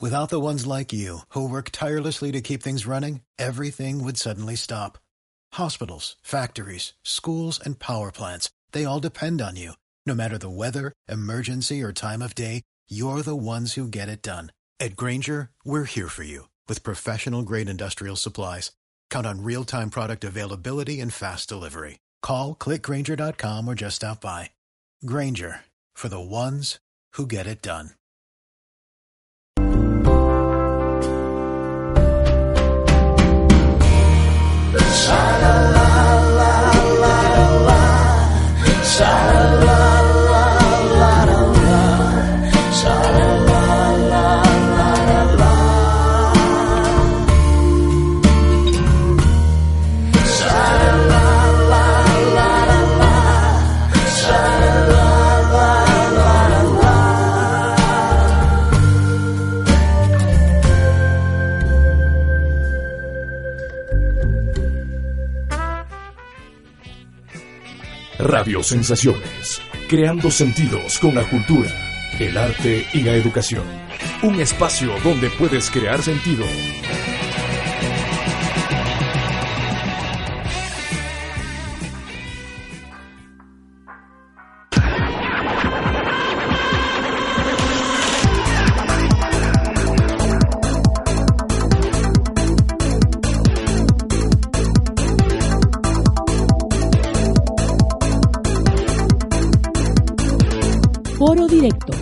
Without the ones like you, who work tirelessly to keep things running, everything would suddenly stop. Hospitals, factories, schools, and power plants, they all depend on you. No matter the weather, emergency, or time of day, you're the ones who get it done. At Grainger, we're here for you with professional-grade industrial supplies. Count on real-time product availability and fast delivery. Call, click Grainger.com, or just stop by. Grainger, for the ones who get it done. Radio Sensaciones, creando sentidos con la cultura, el arte y la educación. Un espacio donde puedes crear sentido. Foro Directo.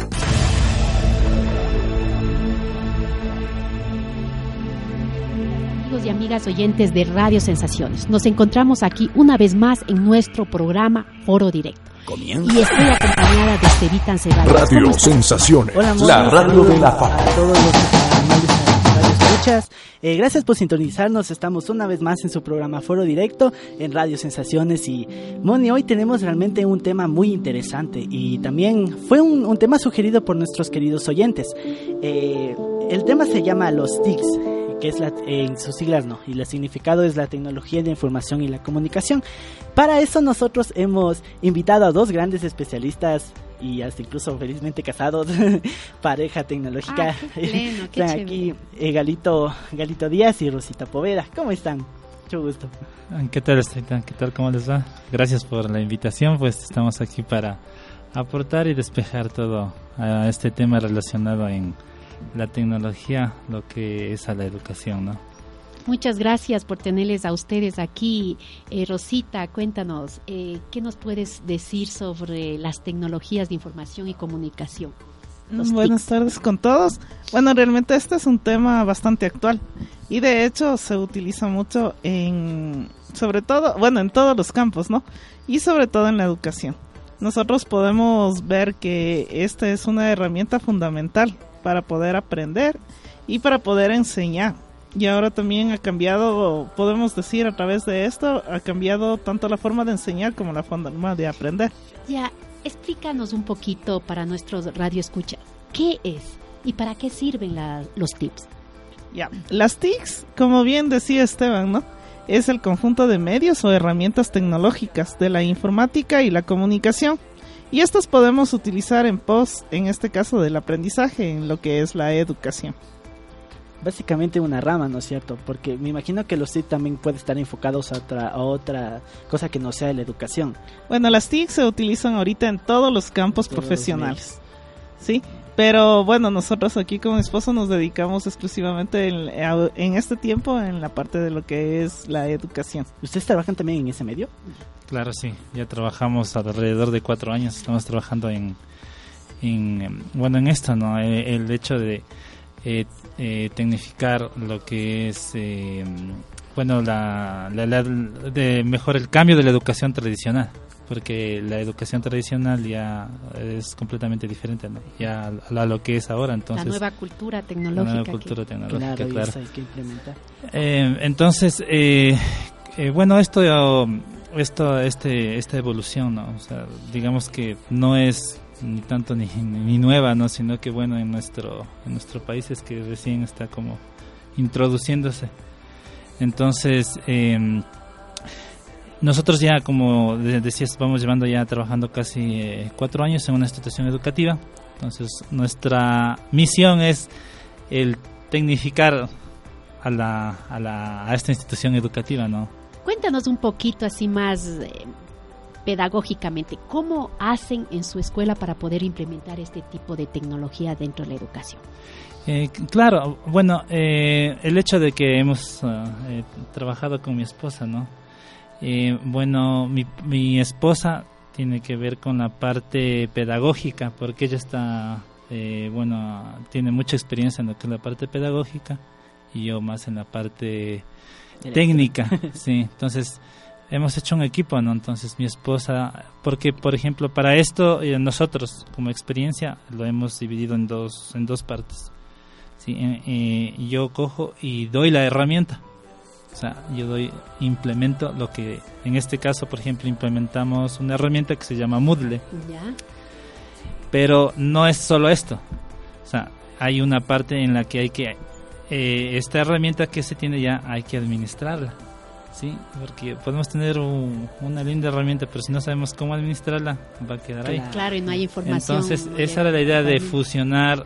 Amigos y amigas oyentes de Radio Sensaciones, nos encontramos aquí una vez más en nuestro programa Foro Directo. Comienza. Y estoy acompañada de Estevita Ceballos. Radio Sensaciones, hola, la radio de la paz. A todos los radioescuchas, gracias por sintonizarnos. Estamos una vez más en su programa Foro Directo en Radio Sensaciones. Y Moni, hoy tenemos realmente un tema muy interesante y también fue un tema sugerido por nuestros queridos oyentes. El tema se llama los TICs, que es en sus siglas no, y el significado es la tecnología de información y la comunicación. Para eso nosotros hemos invitado a dos grandes especialistas y hasta incluso felizmente casados, pareja tecnológica. Qué Están aquí Galito Díaz y Rosita Poveda. ¿Cómo están? Mucho gusto. ¿Qué tal, Estevita? ¿Qué tal? ¿Cómo les va? Gracias por la invitación, pues estamos aquí para aportar y despejar todo a este tema relacionado en la tecnología, lo que es a la educación, ¿no? Muchas gracias por tenerles a ustedes aquí. Rosita, cuéntanos, ¿qué nos puedes decir sobre las tecnologías de información y comunicación? Buenas tardes con todos. Bueno, realmente este es un tema bastante actual y de hecho se utiliza mucho sobre todo, en todos los campos, ¿no? Y sobre todo en la educación. Nosotros podemos ver que esta es una herramienta fundamental para poder aprender y para poder enseñar. Y ahora también ha cambiado, podemos decir a través de esto, ha cambiado tanto la forma de enseñar como la forma de aprender. Ya, explícanos un poquito para nuestros radioescuchas, ¿qué es y para qué sirven los TICs? Ya, las TICs, como bien decía Esteban, ¿no? Es el conjunto de medios o herramientas tecnológicas de la informática y la comunicación. Y estas podemos utilizar en este caso del aprendizaje, en lo que es la educación. Básicamente una rama, ¿no es cierto? Porque me imagino que los TIC también pueden estar enfocados a otra cosa que no sea la educación. Bueno, las TIC se utilizan ahorita en todos los campos profesionales, ¿sí? Pero bueno, nosotros aquí con mi esposo nos dedicamos exclusivamente en este tiempo en la parte de lo que es la educación. ¿Ustedes trabajan también en ese medio? Claro, sí. Ya trabajamos alrededor de 4 años. Estamos trabajando en esto, ¿no? El hecho de tecnificar lo que es de mejor el cambio de la educación tradicional, porque la educación tradicional ya es completamente diferente, ¿no? Ya a lo que es ahora. Entonces la nueva cultura tecnológica, claro. Hay que implementar. Entonces esta evolución, ¿no? O sea, digamos que no es ni tanto ni nueva, ¿no? Sino que bueno, en nuestro país es que recién está como introduciéndose. Entonces nosotros ya, como decías, vamos llevando ya trabajando casi 4 años en una institución educativa. Entonces nuestra misión es el tecnificar a esta institución educativa, ¿no? Cuéntanos un poquito así más pedagógicamente, ¿cómo hacen en su escuela para poder implementar este tipo de tecnología dentro de la educación? Claro, bueno, el hecho de que hemos trabajado con mi esposa, ¿no? Bueno, mi esposa tiene que ver con la parte pedagógica, porque ella está, tiene mucha experiencia en lo que es la parte pedagógica y yo más en la parte técnica, sí. Entonces, hemos hecho un equipo, ¿no? Entonces, mi esposa, porque, por ejemplo, para esto, nosotros, como experiencia, lo hemos dividido en dos partes. Sí, yo cojo y doy la herramienta. O sea, implemento lo que, en este caso, por ejemplo, implementamos una herramienta que se llama Moodle. ¿Ya? Pero no es solo esto. O sea, hay una parte en la que hay que, esta herramienta que se tiene ya, hay que administrarla. Sí, porque podemos tener una linda herramienta, pero si no sabemos cómo administrarla, va a quedar ahí. Claro, y no hay información. Entonces, esa era la idea de fusionar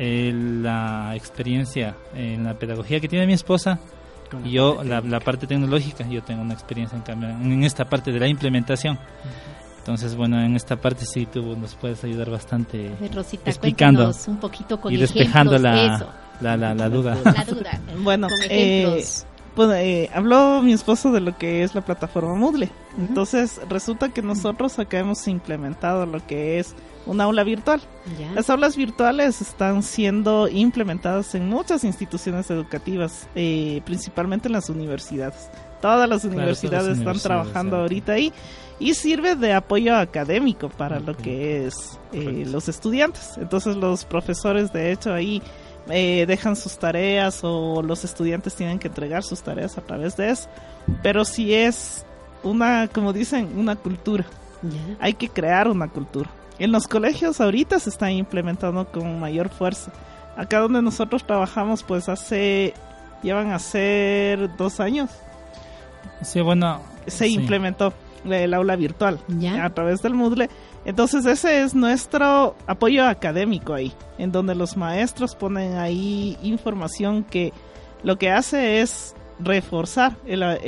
la experiencia en la pedagogía que tiene mi esposa y yo la parte tecnológica. Yo tengo una experiencia en esta parte de la implementación. Entonces, bueno, en esta parte sí tú nos puedes ayudar bastante, Rosita, explicando un poquito con y despejando la duda. La duda. Bueno, con ejemplos. Habló mi esposo de lo que es la plataforma Moodle. Entonces resulta que nosotros acá hemos implementado lo que es un aula virtual. ¿Ya? Las aulas virtuales están siendo implementadas en muchas instituciones educativas, principalmente en las universidades. Todas las universidades están trabajando ahorita ahí y sirve de apoyo académico para lo que es los estudiantes. Entonces los profesores, de hecho, ahí dejan sus tareas o los estudiantes tienen que entregar sus tareas a través de eso. Pero si es como dicen, una cultura. ¿Ya? Hay que crear una cultura. En los colegios ahorita se está implementando con mayor fuerza. Acá donde nosotros trabajamos, pues llevan a ser 2 años. Sí, bueno. Se implementó el aula virtual ¿Ya? a través del Moodle. Entonces ese es nuestro apoyo académico ahí, en donde los maestros ponen ahí información que lo que hace es reforzar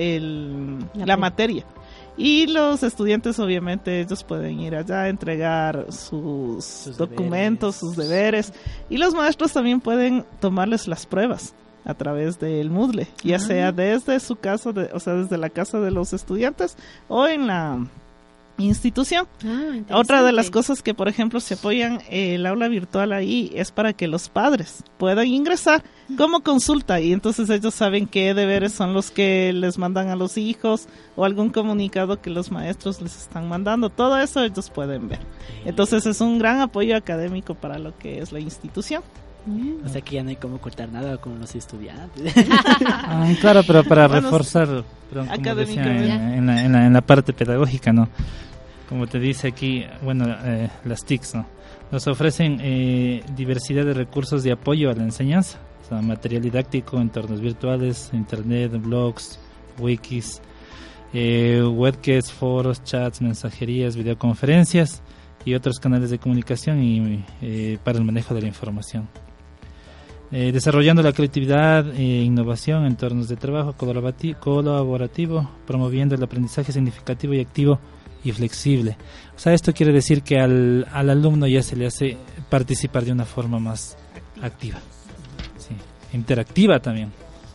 la materia. Y los estudiantes, obviamente, ellos pueden ir allá a entregar sus documentos, sus deberes. Y los maestros también pueden tomarles las pruebas a través del Moodle, ya sea desde su casa, desde la casa de los estudiantes o en la institución. Otra de las cosas que, por ejemplo, se apoyan el aula virtual ahí es para que los padres puedan ingresar como consulta y entonces ellos saben qué deberes son los que les mandan a los hijos o algún comunicado que los maestros les están mandando. Todo eso ellos pueden ver. Entonces es un gran apoyo académico para lo que es la institución. O sea que ya no hay cómo ocultar nada con los estudiantes. Claro, pero para reforzar, como decía, en la parte pedagógica, ¿no? Como te dice aquí, bueno, las TICs, ¿no? Nos ofrecen diversidad de recursos de apoyo a la enseñanza, o sea, material didáctico, entornos virtuales, internet, blogs, wikis, webcasts, foros, chats, mensajerías, videoconferencias y otros canales de comunicación y para el manejo de la información. Desarrollando la creatividad e innovación en entornos de trabajo colaborativo, promoviendo el aprendizaje significativo y activo y flexible. O sea, esto quiere decir que al alumno ya se le hace participar de una forma más activa, sí, interactiva también.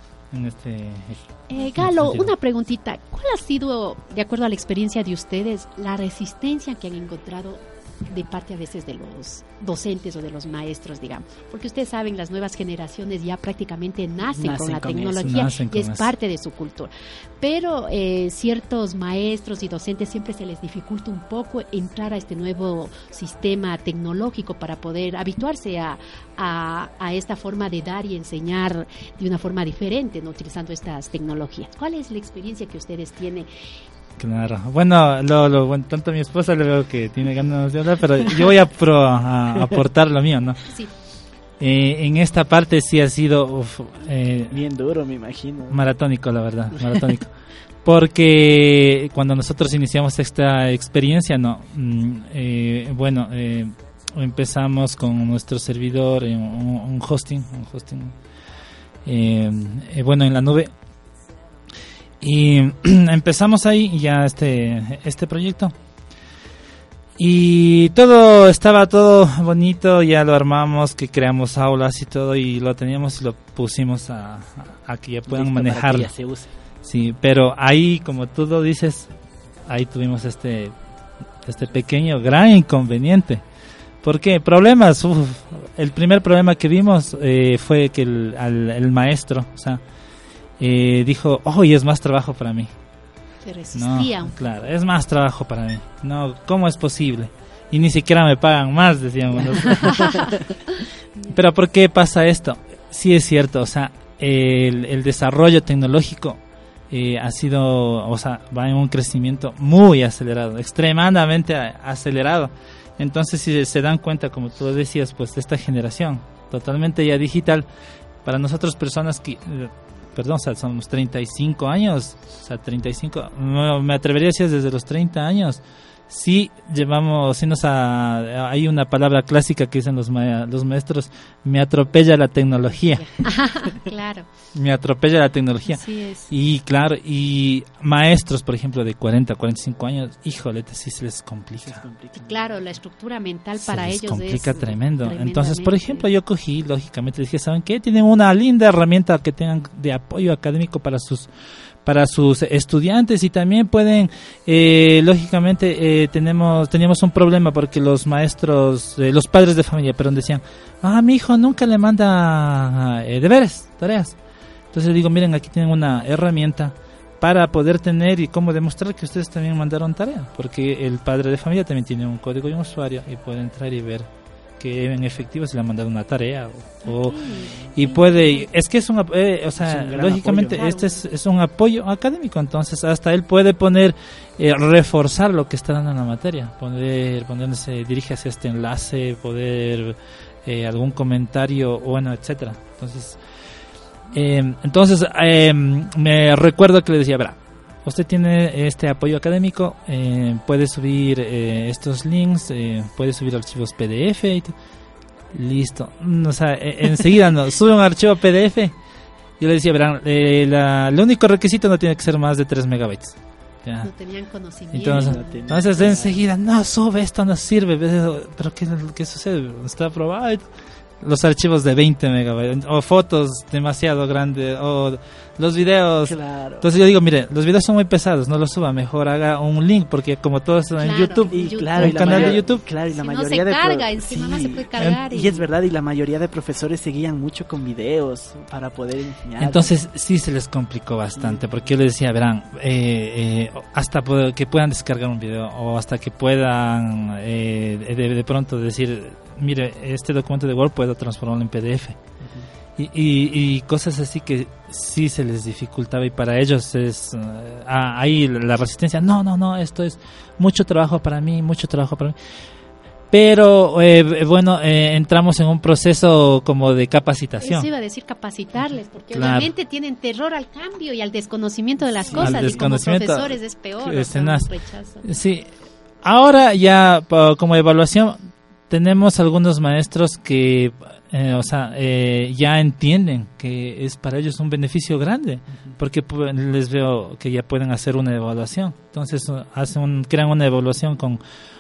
Galo, una preguntita. ¿Cuál ha sido, de acuerdo a la experiencia de ustedes, la resistencia que han encontrado de parte a veces de los docentes o de los maestros, digamos? Porque ustedes saben, las nuevas generaciones ya prácticamente nacen con la tecnología y es parte de su cultura. Pero ciertos maestros y docentes siempre se les dificulta un poco entrar a este nuevo sistema tecnológico para poder habituarse a esta forma de dar y enseñar de una forma diferente, ¿no? Utilizando estas tecnologías. ¿Cuál es la experiencia que ustedes tienen? Claro, bueno, bueno, tanto a mi esposa le veo que tiene ganas de hablar, pero yo voy a aportar lo mío, ¿no? Sí. En esta parte sí ha sido bien duro, me imagino. Maratónico, la verdad, maratónico. Porque cuando nosotros iniciamos esta experiencia, no, empezamos con nuestro servidor en un hosting, bueno, en la nube, y empezamos ahí ya este proyecto. Y estaba todo bonito, ya lo armamos, que creamos aulas y todo, y lo teníamos y lo pusimos a que ya puedan manejarlo. Sí, pero ahí, como tú lo dices, ahí tuvimos este pequeño gran inconveniente. ¿Por qué? Problemas. El primer problema que vimos fue que el maestro, o sea, dijo, y es más trabajo para mí. Se resistía. No, claro, es más trabajo para mí. No, ¿cómo es posible? Y ni siquiera me pagan más, decíamos. Pero ¿por qué pasa esto? Sí es cierto, o sea, el desarrollo tecnológico ha sido, o sea, va en un crecimiento muy acelerado, extremadamente acelerado. Entonces, si se dan cuenta, como tú decías, pues de esta generación totalmente ya digital, para nosotros personas que... o sea, somos 35 años, o sea, 35, no, me atrevería a decir desde los 30 años, sí hay una palabra clásica que dicen los maestros, me atropella la tecnología. Claro. Me atropella la tecnología. Así es. Y claro, y maestros, por ejemplo, de 40, 45 años, híjole, sí se les complica. Claro, la estructura mental para ellos se les complica es tremendo. Entonces, por ejemplo, yo cogí, lógicamente, dije, ¿saben qué? Tienen una linda herramienta que tengan de apoyo académico para sus estudiantes, y también pueden, lógicamente, teníamos un problema porque los maestros, los padres de familia, decían, mi hijo nunca le manda deberes, tareas. Entonces digo, miren, aquí tienen una herramienta para poder tener y cómo demostrar que ustedes también mandaron tarea, porque el padre de familia también tiene un código y un usuario y puede entrar y ver que en efectivo se le ha mandado una tarea y puede, es que es o sea, lógicamente apoyo, claro. Es un apoyo académico, entonces hasta él puede poner, reforzar lo que está dando en la materia, ponerse, dirige hacia este enlace, poder algún comentario, bueno, etcétera. Entonces me recuerdo que le decía, verá, usted tiene este apoyo académico, puede subir estos links, puede subir archivos PDF y listo. O sea, enseguida sube un archivo PDF. Yo le decía, verán, el único requisito no tiene que ser más de 3 megabytes. Ya. No tenían conocimiento. Entonces enseguida, no, sube, esto no sirve. Pero ¿qué sucede? Está aprobado. Los archivos de 20 megabytes o fotos demasiado grandes o los videos. Claro. Entonces yo digo, mire, los videos son muy pesados, no los suba, mejor haga un link, porque como todo está en YouTube, un canal de YouTube. Claro, y la si mayoría no se carga, encima no se puede cargar. Y es verdad, y la mayoría de profesores seguían mucho con videos para poder enseñar. Entonces sí se les complicó bastante, porque yo les decía, verán, hasta que puedan descargar un video o hasta que puedan de pronto decir, mire, este documento de Word puedo transformarlo en PDF. Y cosas así que sí se les dificultaba, y para ellos es ahí la resistencia, no, esto es mucho trabajo para mí. Pero bueno, entramos en un proceso como de capacitación. Eso iba a decir, capacitarles, porque obviamente tienen terror al cambio y al desconocimiento de las cosas, y como profesores es peor, rechazo. Sí, ahora ya como evaluación tenemos algunos maestros que ya entienden que es para ellos un beneficio grande, porque les veo que ya pueden hacer una evaluación. Entonces crean una evaluación con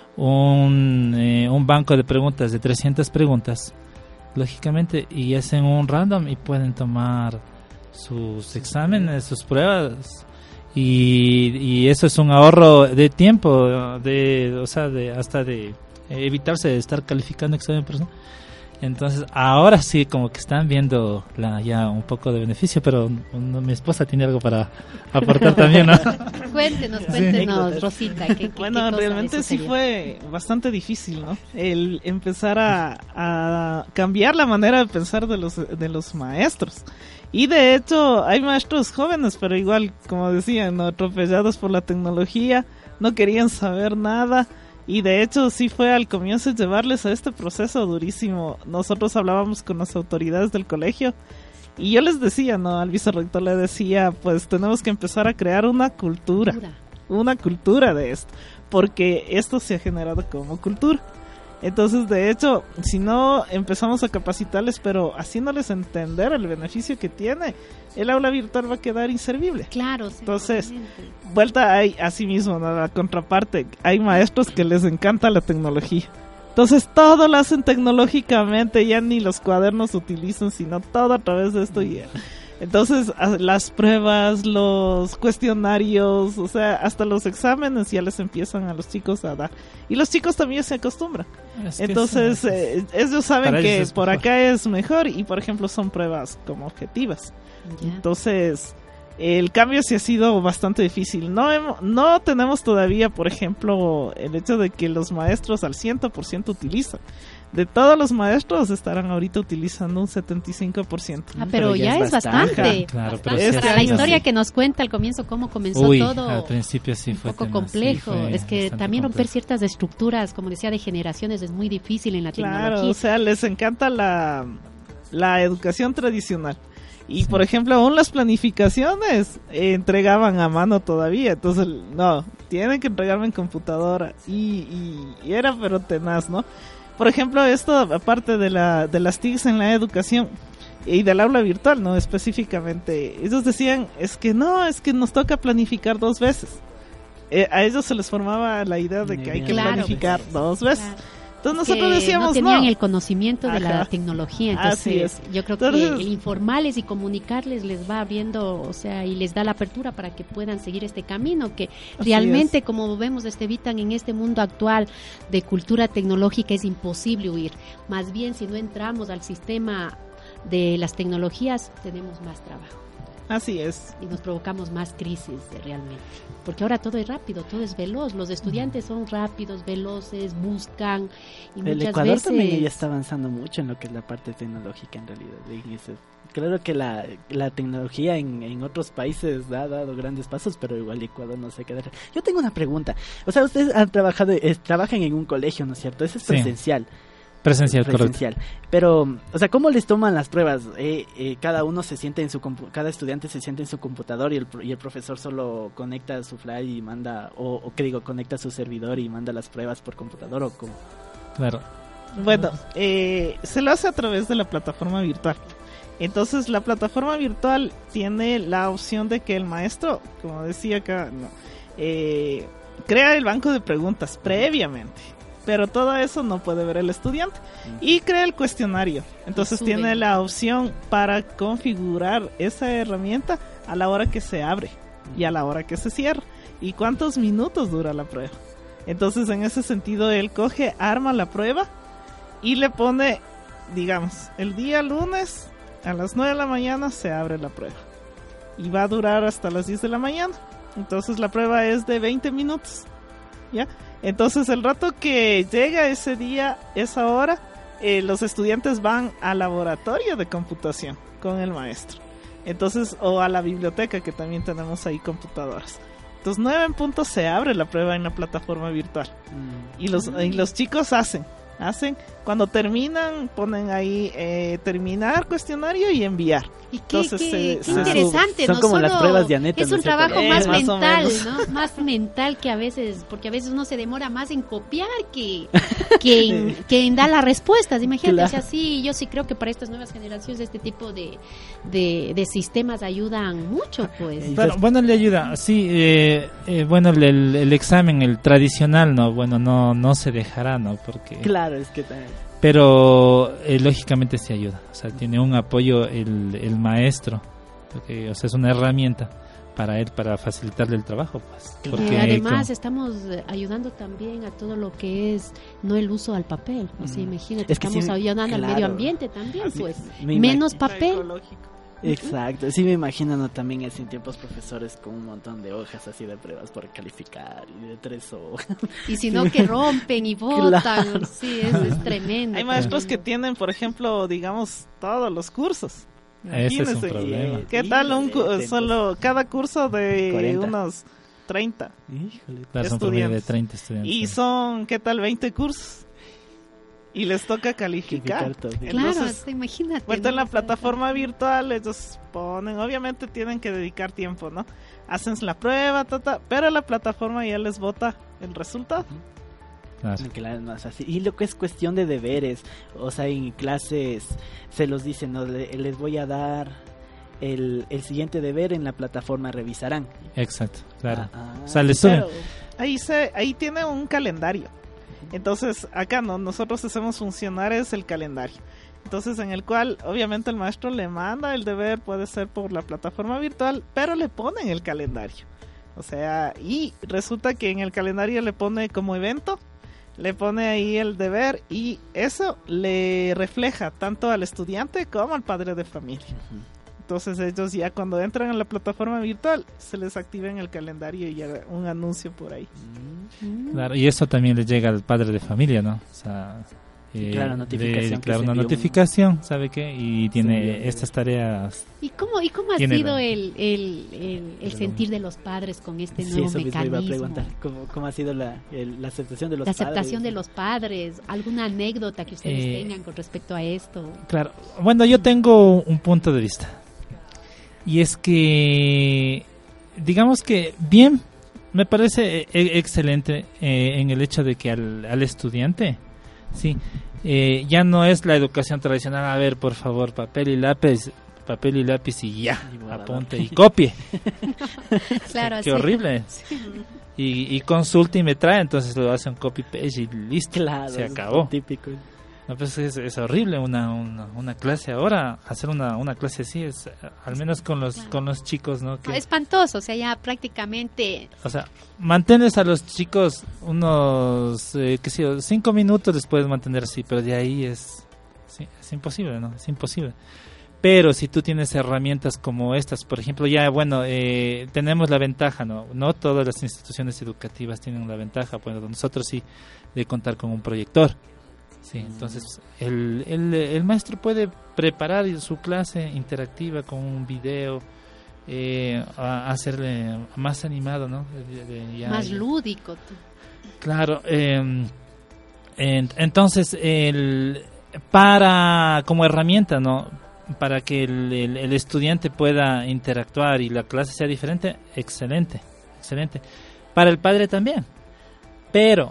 un banco de preguntas de 300 preguntas, lógicamente, y hacen un random y pueden tomar sus exámenes, sus pruebas, y eso es un ahorro de tiempo, hasta de evitarse de estar calificando examen personal. Entonces ahora sí como que están viendo ya un poco de beneficio, pero mi esposa tiene algo para aportar también, ¿no? Cuéntenos, Rosita. Bueno, realmente sí fue bastante difícil, ¿no? El empezar a cambiar la manera de pensar de los maestros. Y de hecho hay maestros jóvenes, pero igual, como decían, ¿no?, atropellados por la tecnología, no querían saber nada. Y de hecho sí fue al comienzo llevarles a este proceso durísimo. Nosotros hablábamos con las autoridades del colegio y yo les decía, ¿no?, al vicerrector le decía, pues tenemos que empezar a crear una cultura de esto, porque esto se ha generado como cultura. Entonces, de hecho, si no empezamos a capacitarles, pero haciéndoles entender el beneficio que tiene, el aula virtual va a quedar inservible. Claro, sí. Entonces, totalmente. vuelta hay así mismo, ¿no? La contraparte, hay maestros que les encanta la tecnología. Entonces todo lo hacen tecnológicamente, ya ni los cuadernos utilizan, sino todo a través de esto. Entonces las pruebas, los cuestionarios, o sea, hasta los exámenes ya les empiezan a los chicos a dar. Y los chicos también se acostumbran. Entonces ellos saben que por acá es mejor y, por ejemplo, son pruebas como objetivas. Ya. Entonces el cambio sí ha sido bastante difícil. No tenemos todavía, por ejemplo, el hecho de que los maestros al 100% utilizan. De todos los maestros estarán ahorita utilizando un 75%. Pero ya es bastante. Claro, Bastante. pero Para la historia que nos cuenta al comienzo, cómo comenzó todo. Al principio sí fue un poco tema, complejo. sí, fue es que también romper ciertas estructuras, como decía, de generaciones es muy difícil en la Claro, tecnología. o sea, les encanta la educación tradicional. Y, por ejemplo, aún las planificaciones entregaban a mano todavía. Entonces, no, tienen que entregarme en computadora. Y era pero tenaz, ¿no? Por ejemplo, esto, aparte de las TICs en la educación y del aula virtual, ¿no? Específicamente, ellos decían, es que nos toca planificar 2 veces. A ellos se les formaba la idea de que hay que planificar 2 veces. Claro. Entonces nosotros decíamos, no tenían el conocimiento de la Ajá. tecnología, entonces Así es. yo creo que el informarles y comunicarles les va abriendo, o sea, y les da la apertura para que puedan seguir este camino que realmente, como vemos, Estevitan, en este mundo actual de cultura tecnológica es imposible huir. Más bien, si no entramos al sistema de las tecnologías, tenemos más trabajo. Así es. Y nos provocamos más crisis realmente. Porque ahora todo es rápido, todo es veloz. Los estudiantes son rápidos, veloces, buscan. Y el muchas Ecuador veces también ya está avanzando mucho en lo que es la parte tecnológica en realidad. Claro que la tecnología en otros países ha dado grandes pasos, pero igual Ecuador no se queda. Yo tengo una pregunta. O sea, ustedes han trabajan en un colegio, ¿no es cierto? Ese es presencial. Presencial, presencial. Pero, o sea, ¿cómo les toman las pruebas? Cada uno se siente cada estudiante se siente en su computador y el profesor solo conecta su fly y manda, conecta su servidor y manda las pruebas por computador o cómo. Claro. Bueno, se lo hace a través de la plataforma virtual. Entonces, la plataforma virtual tiene la opción de que el maestro, como decía acá, crea el banco de preguntas previamente. Pero todo eso no puede ver el estudiante. Y crea el cuestionario. Entonces tiene la opción para configurar esa herramienta a la hora que se abre y a la hora que se cierra. Y cuántos minutos dura la prueba. Entonces, en ese sentido, él arma la prueba y le pone, digamos, el día lunes a las 9 de la mañana se abre la prueba. Y va a durar hasta las 10 de la mañana. Entonces, la prueba es de 20 minutos. ¿Ya? Entonces, el rato que llega ese día, esa hora, los estudiantes van al laboratorio de computación con el maestro. Entonces, o a la biblioteca, que también tenemos ahí computadoras. Entonces, 9 en punto se abre la prueba en la plataforma virtual. Y los chicos hacen. Cuando terminan, ponen ahí terminar cuestionario y enviar. Y qué interesante, son no como solo las pruebas de Aneta, es un ¿no? trabajo más más mental, ¿no? Más mental que a veces, porque a veces uno se demora más en copiar que en dar las respuestas. Imagínate, Claro. o sea, sí, yo sí creo que para estas nuevas generaciones este tipo de sistemas ayudan mucho, pues. Bueno, le ayuda, sí, bueno, el examen, el tradicional, no se dejará, ¿no? Porque... Claro, es que... Pero lógicamente sí ayuda, o sea, tiene un apoyo el maestro, porque, o sea, es una herramienta para él, para facilitarle el trabajo, pues. Porque además estamos ayudando también a todo lo que es no el uso al papel, o sea, imagínate, Es que estamos sí, ayudando claro. al medio ambiente también, pues, me menos papel. Exacto, sí me imagino, ¿no? También es en tiempos profesores con un montón de hojas así de pruebas por calificar y de 3 hojas. Y si no, que rompen y botan, Claro. sí, es tremendo. Hay maestros que tienen, por ejemplo, digamos, todos los cursos. ese es un problema. ¿Qué tal solo cada curso de 40. unos 30? Híjole. Claro, son promedio de estudiantes. 30 estudiantes. Y son, ¿qué tal 20 cursos? Y les toca calificar. Todo. Claro, Entonces, imagínate. vuelta en ¿no? la plataforma virtual, ellos ponen, obviamente tienen que dedicar tiempo, ¿no? Hacen la prueba, pero la plataforma ya les bota el resultado. Claro. Claro, no es así. Y lo que es cuestión de deberes, o sea, en clases se los dicen, ¿no? Les voy a dar el siguiente deber en la plataforma, revisarán. Exacto, claro. O sea, les suben. Ahí tiene un calendario. Entonces, acá no, nosotros hacemos funcionar es el calendario. Entonces, en el cual, obviamente, el maestro le manda el deber, puede ser por la plataforma virtual, pero le ponen el calendario. O sea, y resulta que en el calendario le pone como evento, le pone ahí el deber, y eso le refleja tanto al estudiante como al padre de familia. Entonces ellos ya cuando entran en la plataforma virtual se les activa en el calendario y ya un anuncio por ahí. Claro, y eso también le llega al padre de familia, ¿no? O sea, claro, notificación. Claro, una notificación, ¿sabe qué? Y tiene estas tareas. ¿Y cómo ha sido el sentir de los padres con este nuevo mecanismo? Iba a preguntar, ¿cómo ha sido la aceptación de los padres? La aceptación de los padres, ¿alguna anécdota que ustedes tengan con respecto a esto? Claro, bueno, yo tengo un punto de vista. Y es que, digamos que bien, me parece excelente en el hecho de que al estudiante, sí, ya no es la educación tradicional, a ver, por favor, papel y lápiz y ya, apunte y copie. Claro, Qué horrible. Y consulte y me trae, entonces lo hace un copy-paste y listo, claro, se acabó. Típico. No, pues es horrible una clase ahora, hacer una clase así, es al menos con los chicos, ¿no? Que, espantoso, o sea, ya prácticamente... O sea, mantienes a los chicos unos, 5 minutos les puedes mantener así, pero de ahí es imposible, ¿no? Es imposible. Pero si tú tienes herramientas como estas, por ejemplo, ya, bueno, tenemos la ventaja, ¿no? No todas las instituciones educativas tienen la ventaja, bueno, nosotros sí, de contar con un proyector. Sí, entonces el maestro puede preparar su clase interactiva con un video, hacerle más animado, ¿no? Más lúdico. Claro, entonces como herramienta, ¿no? Para que el estudiante pueda interactuar y la clase sea diferente, excelente. Para el padre también, pero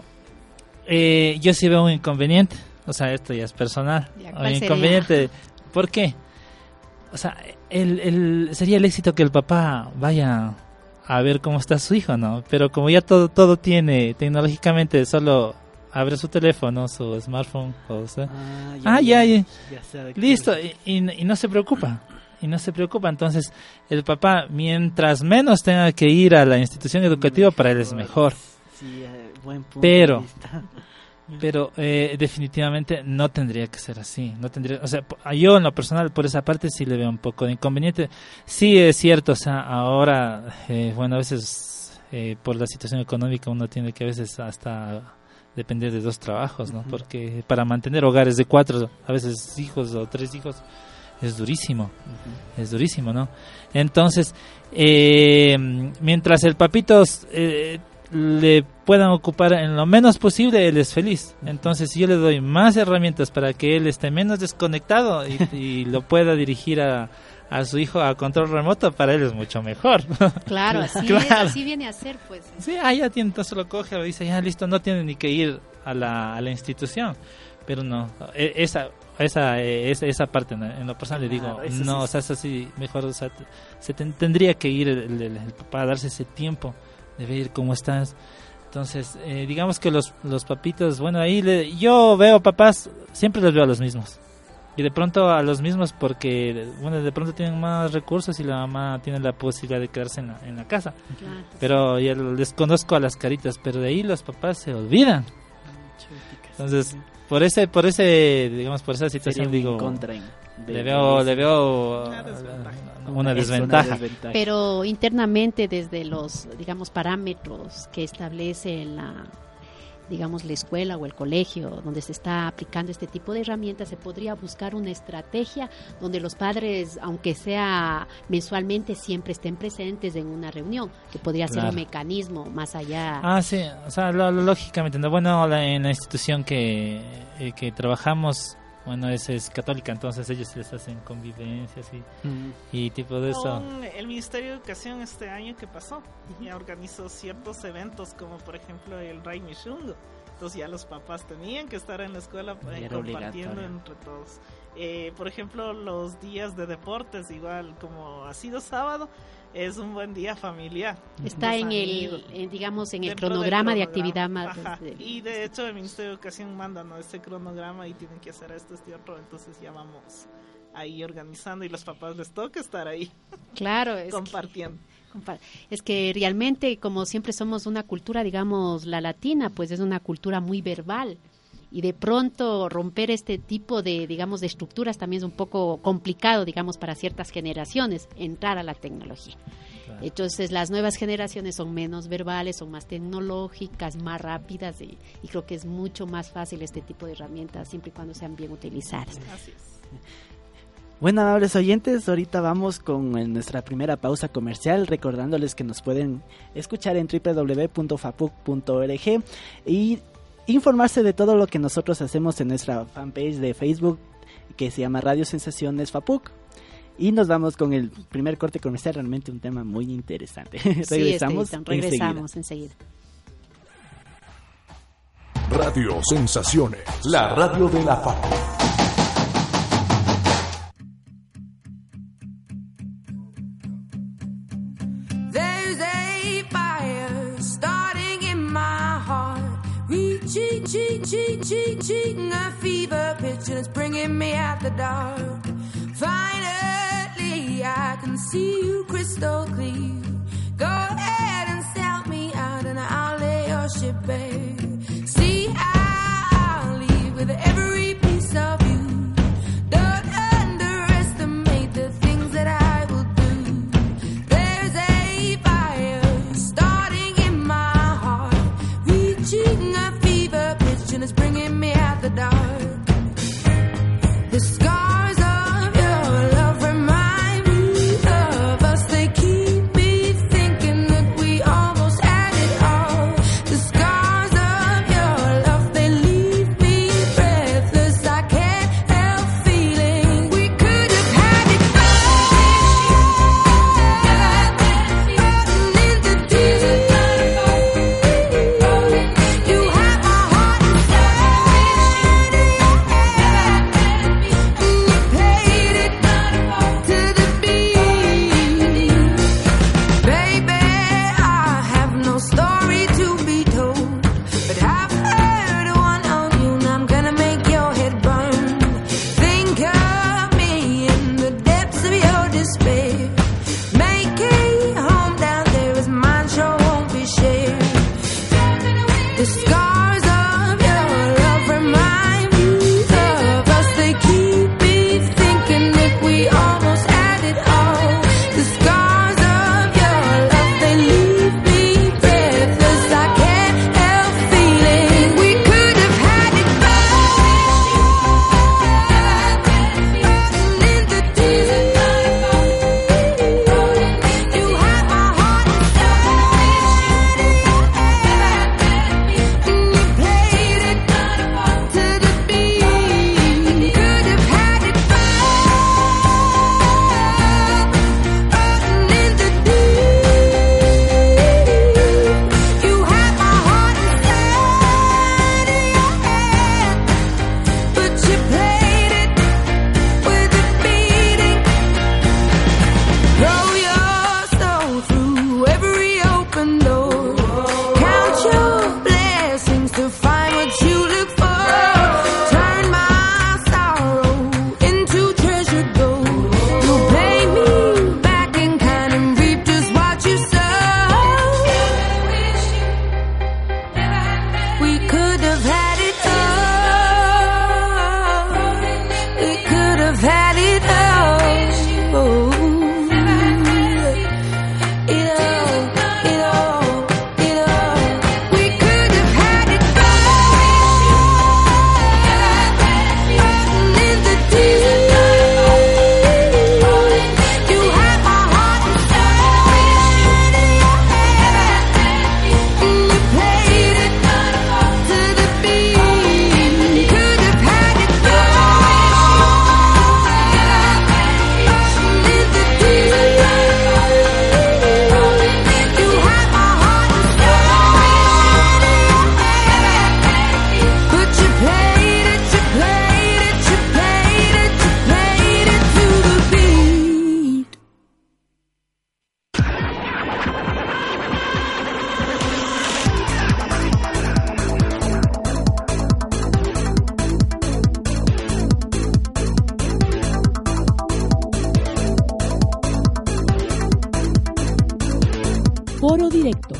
yo sí veo un inconveniente, o sea, esto ya es personal. Un inconveniente, ¿por qué? O sea, sería el éxito que el papá vaya a ver cómo está su hijo, ¿no? Pero como ya todo tiene tecnológicamente, solo abre su teléfono, su smartphone, o sea, ya listo, y no se preocupa. Entonces el papá, mientras menos tenga que ir a la institución educativa, para él es mejor. Sí, buen punto pero definitivamente no tendría que ser así. No tendría, o sea, yo en lo personal por esa parte sí le veo un poco de inconveniente. Sí es cierto, o sea, ahora, bueno, a veces por la situación económica uno tiene que a veces hasta depender de 2 trabajos, ¿no? Porque para mantener hogares de 4, a veces hijos o 3 hijos, es durísimo, ¿no? Entonces, mientras el papito le puedan ocupar en lo menos posible, él es feliz. Entonces, si yo le doy más herramientas para que él esté menos desconectado y lo pueda dirigir a su hijo a control remoto, para él es mucho mejor. Claro, así viene a ser, pues. Sí, ya tiene, entonces lo coge, lo dice, ya listo, no tiene ni que ir a la institución. Pero no, esa parte, ¿no? En lo personal le digo, no, sí. O sea, es así, mejor, o sea, tendría que ir el papá a darse ese tiempo de ver cómo estás. Entonces, digamos que los papitos, bueno, ahí yo veo papás, siempre los veo a los mismos. Y de pronto a los mismos porque, bueno, de pronto tienen más recursos y la mamá tiene la posibilidad de quedarse en la casa. Claro, pero ya les conozco a las caritas, pero de ahí los papás se olvidan. Entonces, por ese, digamos, por esa situación digo, le veo una desventaja. Pero internamente desde los, digamos, parámetros que establece la escuela o el colegio donde se está aplicando este tipo de herramientas, se podría buscar una estrategia donde los padres, aunque sea mensualmente, siempre estén presentes en una reunión, que podría ser un mecanismo más allá. Sí, o sea, lógicamente, ¿no? Bueno, en la institución que trabajamos, bueno, es católica, entonces ellos les hacen convivencias y tipo de eso. El Ministerio de Educación este año que pasó ya organizó ciertos eventos, como por ejemplo el Rai Mishungo. entonces ya los papás tenían que estar en la escuela compartiendo entre todos. Por ejemplo, los días de deportes, igual como ha sido sábado, es un buen día familiar. Está en el, digamos, en el cronograma de actividad más. Y de hecho el Ministerio de Educación manda, ¿no?, ese cronograma y tienen que hacer esto, este otro, entonces ya vamos ahí organizando y los papás les toca estar ahí. Claro, compartiendo. Es que realmente, como siempre somos una cultura, digamos, la latina, pues es una cultura muy verbal. Y de pronto romper este tipo de, digamos, de estructuras también es un poco complicado, digamos, para ciertas generaciones, entrar a la tecnología. Claro. Entonces, las nuevas generaciones son menos verbales, son más tecnológicas, más rápidas y creo que es mucho más fácil este tipo de herramientas siempre y cuando sean bien utilizadas. Así es. Bueno, amables oyentes, ahorita vamos con nuestra primera pausa comercial, recordándoles que nos pueden escuchar en www.fapuc.org y informarse de todo lo que nosotros hacemos en nuestra fanpage de Facebook que se llama Radio Sensaciones FAPUC. Y nos vamos con el primer corte comercial, realmente un tema muy interesante. Regresamos enseguida. Radio Sensaciones, la radio de la FAPUC. Cheating a fever pitch and it's bringing me out the dark. Finally, I can see you crystal clear. Go ahead and sell me out and I'll lay your ship bare. See, I'll leave with every piece of you. Don't underestimate the things that I will do. There's a fire starting in my heart, reaching a fever pitch and it's bringing me out the dark. The scars of your love remind me of Foro Directo.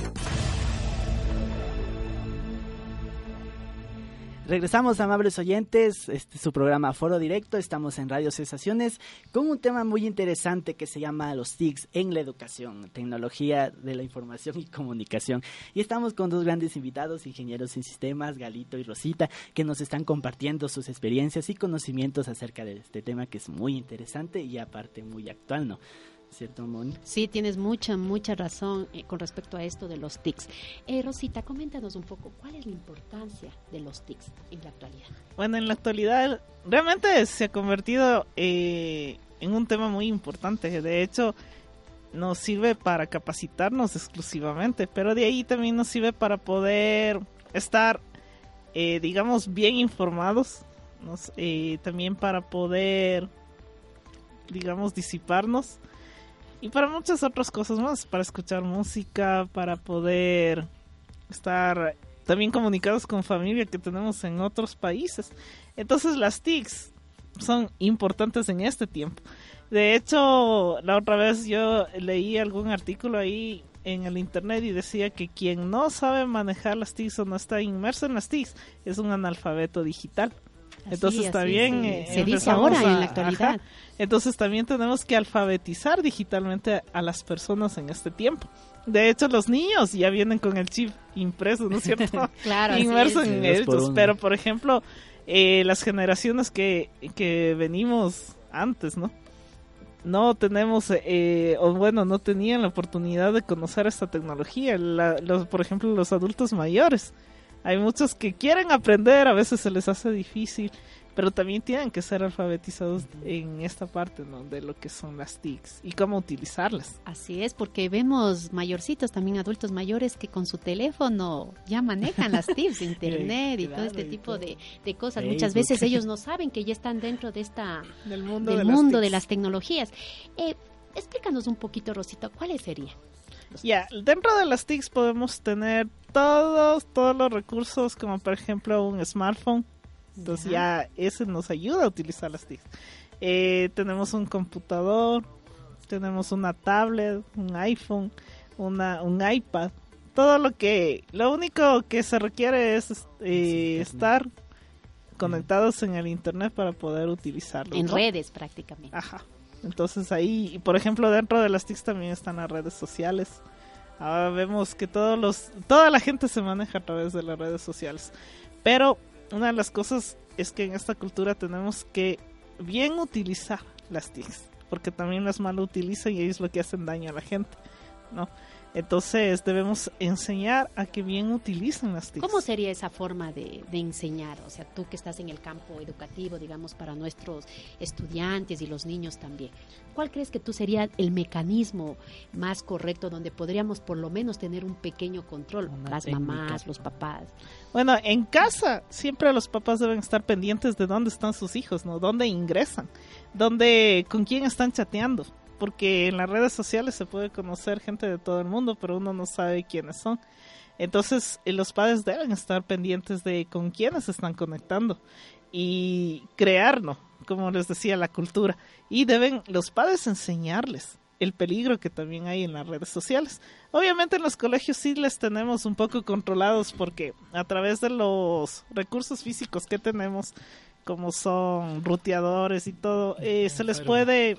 Regresamos, amables oyentes, su programa Foro Directo. Estamos en Radio Sensaciones con un tema muy interesante que se llama los TICs en la educación, tecnología de la información y comunicación. Y estamos con dos grandes invitados, ingenieros en sistemas, Galito y Rosita, que nos están compartiendo sus experiencias y conocimientos acerca de este tema que es muy interesante y aparte muy actual, ¿no? ¿Cierto, Moni? Sí, tienes mucha razón con respecto a esto de los TICs. Rosita, coméntanos un poco, ¿cuál es la importancia de los TICs en la actualidad? Bueno, en la actualidad realmente se ha convertido en un tema muy importante. De hecho, nos sirve para capacitarnos exclusivamente, pero de ahí también nos sirve para poder estar, digamos, bien informados, también para poder, digamos, disiparnos. Y para muchas otras cosas más, para escuchar música, para poder estar también comunicados con familia que tenemos en otros países. Entonces las TICs son importantes en este tiempo. De hecho, la otra vez yo leí algún artículo ahí en el internet y decía que quien no sabe manejar las TICs o no está inmerso en las TICs es un analfabeto digital. Entonces también se dice ahora en la actualidad. Entonces también tenemos que alfabetizar digitalmente a las personas en este tiempo. De hecho, los niños ya vienen con el chip impreso, ¿no es cierto? Claro, inmerso en ellos. Pero, por ejemplo, las generaciones que venimos antes, no tenemos, no tenían la oportunidad de conocer esta tecnología. Por ejemplo, los adultos mayores. Hay muchos que quieren aprender, a veces se les hace difícil, pero también tienen que ser alfabetizados en esta parte, ¿no? De lo que son las TICs y cómo utilizarlas. Así es, porque vemos mayorcitos, también adultos mayores que con su teléfono ya manejan las TICs, internet y todo este tipo de cosas. Muchas veces ellos no saben que ya están dentro de del mundo de las tecnologías. Explícanos un poquito, Rosita, ¿cuáles serían? Ya, dentro de las TICs podemos tener todos los recursos, como por ejemplo un smartphone. Entonces ya ese nos ayuda a utilizar las TICs. Tenemos un computador, tenemos una tablet, un iPhone, un iPad. Lo único que se requiere es estar conectados en el internet para poder utilizarlo. En redes prácticamente. Ajá. Entonces ahí, por ejemplo, dentro de las TICs también están las redes sociales. Ahora vemos que toda la gente se maneja a través de las redes sociales. Pero una de las cosas es que en esta cultura tenemos que bien utilizar las TICs, porque también las mal utilizan y es lo que hacen daño a la gente, ¿no? Entonces debemos enseñar a que bien utilicen las TICs. ¿Cómo sería esa forma de enseñar? O sea, tú que estás en el campo educativo, digamos, para nuestros estudiantes y los niños también. ¿Cuál crees que tú sería el mecanismo más correcto donde podríamos por lo menos tener un pequeño control? Las mamás, los papás. Bueno, en casa siempre los papás deben estar pendientes de dónde están sus hijos, ¿no? Dónde ingresan, con quién están chateando. Porque en las redes sociales se puede conocer gente de todo el mundo, pero uno no sabe quiénes son. Entonces, los padres deben estar pendientes de con quiénes se están conectando y crear, ¿no? Como les decía, la cultura. Y deben los padres enseñarles el peligro que también hay en las redes sociales. Obviamente en los colegios sí les tenemos un poco controlados porque a través de los recursos físicos que tenemos, como son ruteadores y todo, se les puede...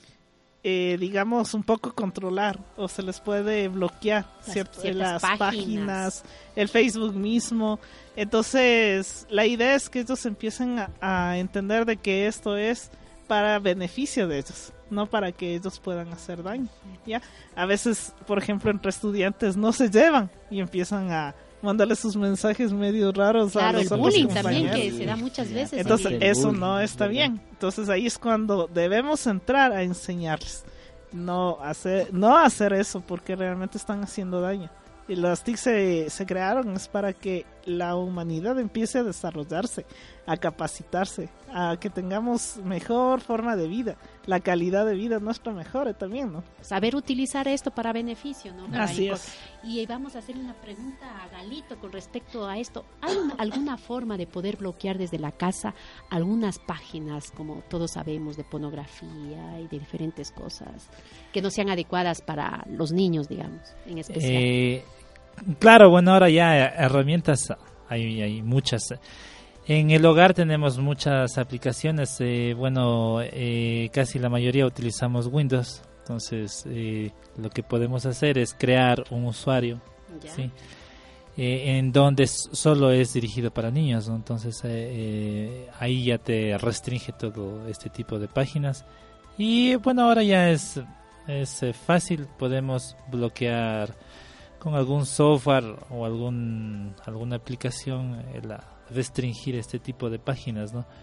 digamos, un poco controlar o se les puede bloquear las páginas, el Facebook mismo. Entonces, la idea es que ellos empiecen a entender de que esto es para beneficio de ellos, no para que ellos puedan hacer daño. ¿Ya? A veces, por ejemplo, entre estudiantes no se llevan y empiezan a mandarle sus mensajes medio raros a los el bullying también que se da muchas veces. Entonces eso no está bien. Entonces ahí es cuando debemos entrar a enseñarles. No hacer eso porque realmente están haciendo daño. Y las TIC se crearon es para que la humanidad empiece a desarrollarse, a capacitarse, a que tengamos mejor forma de vida, la calidad de vida nuestra mejore también, ¿no? Saber utilizar esto para beneficio, ¿no? Así es. Y vamos a hacer una pregunta a Galito con respecto a esto. ¿Hay alguna forma de poder bloquear desde la casa algunas páginas, como todos sabemos, de pornografía y de diferentes cosas, que no sean adecuadas para los niños, digamos, en especial? Claro, bueno, ahora ya herramientas hay muchas. En el hogar tenemos muchas aplicaciones, casi la mayoría utilizamos Windows, entonces lo que podemos hacer es crear un usuario, ¿sí? En donde solo es dirigido para niños, ¿no? Entonces ahí ya te restringe todo este tipo de páginas y bueno, ahora ya es fácil, podemos bloquear con algún software o alguna aplicación restringir este tipo de páginas, ¿no?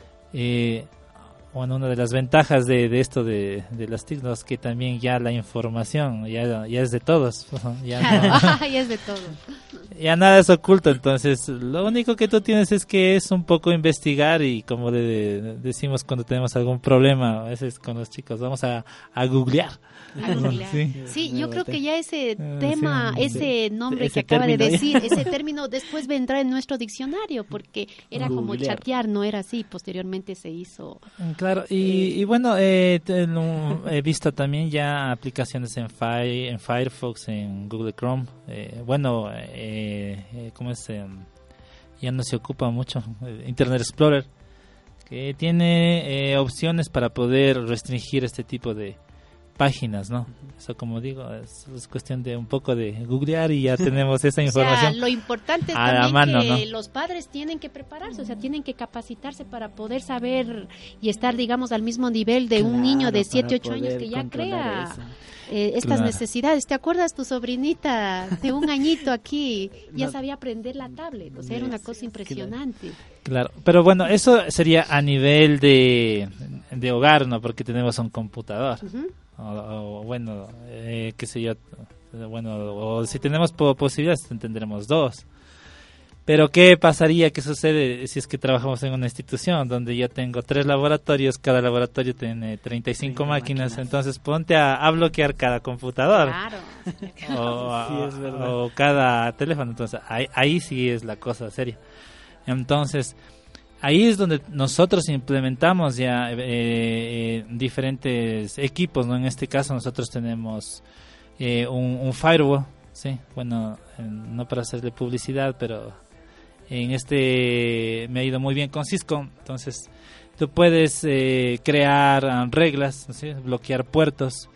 Bueno, una de las ventajas de esto de las TIC, ¿no? Es que también ya la información ya es de todos, ya es de todos. Ya nada es oculto, entonces lo único que tú tienes es que es un poco investigar y como decimos cuando tenemos algún problema, a veces con los chicos, vamos a googlear. Sí, yo creo que ya ese tema, ese nombre que acaba de decir, ese término después vendrá en nuestro diccionario, porque era como chatear, no era así, posteriormente se hizo. Claro, y bueno, he visto también ya aplicaciones en Firefox, en Google Chrome, ¿cómo es? Ya no se ocupa mucho, Internet Explorer, que tiene opciones para poder restringir este tipo de páginas, ¿no? Eso, como digo, es cuestión de un poco de googlear y ya tenemos esa información. O sea, lo importante es a la también mano, que ¿no? los padres tienen que prepararse, o sea, tienen que capacitarse para poder saber y estar, digamos, al mismo nivel de un niño de 7, 8 años que ya crea estas necesidades. ¿Te acuerdas tu sobrinita de 1 añito aquí? Ya sabía aprender la tablet, o sea, era una cosa impresionante. Claro, pero bueno, eso sería a nivel de hogar, ¿no? Porque tenemos un computador. O qué sé yo, o si tenemos posibilidades tendremos 2. Pero ¿qué pasaría, qué sucede si es que trabajamos en una institución donde yo tengo 3 laboratorios, cada laboratorio tiene 35 máquinas, entonces ponte a bloquear cada computador. Claro. O cada teléfono, entonces ahí sí es la cosa seria. Entonces ahí es donde nosotros implementamos ya diferentes equipos, ¿no? En este caso nosotros tenemos un firewall, ¿sí? Bueno, no para hacerle publicidad, pero en me ha ido muy bien con Cisco. Entonces tú puedes crear reglas, ¿sí? Bloquear puertos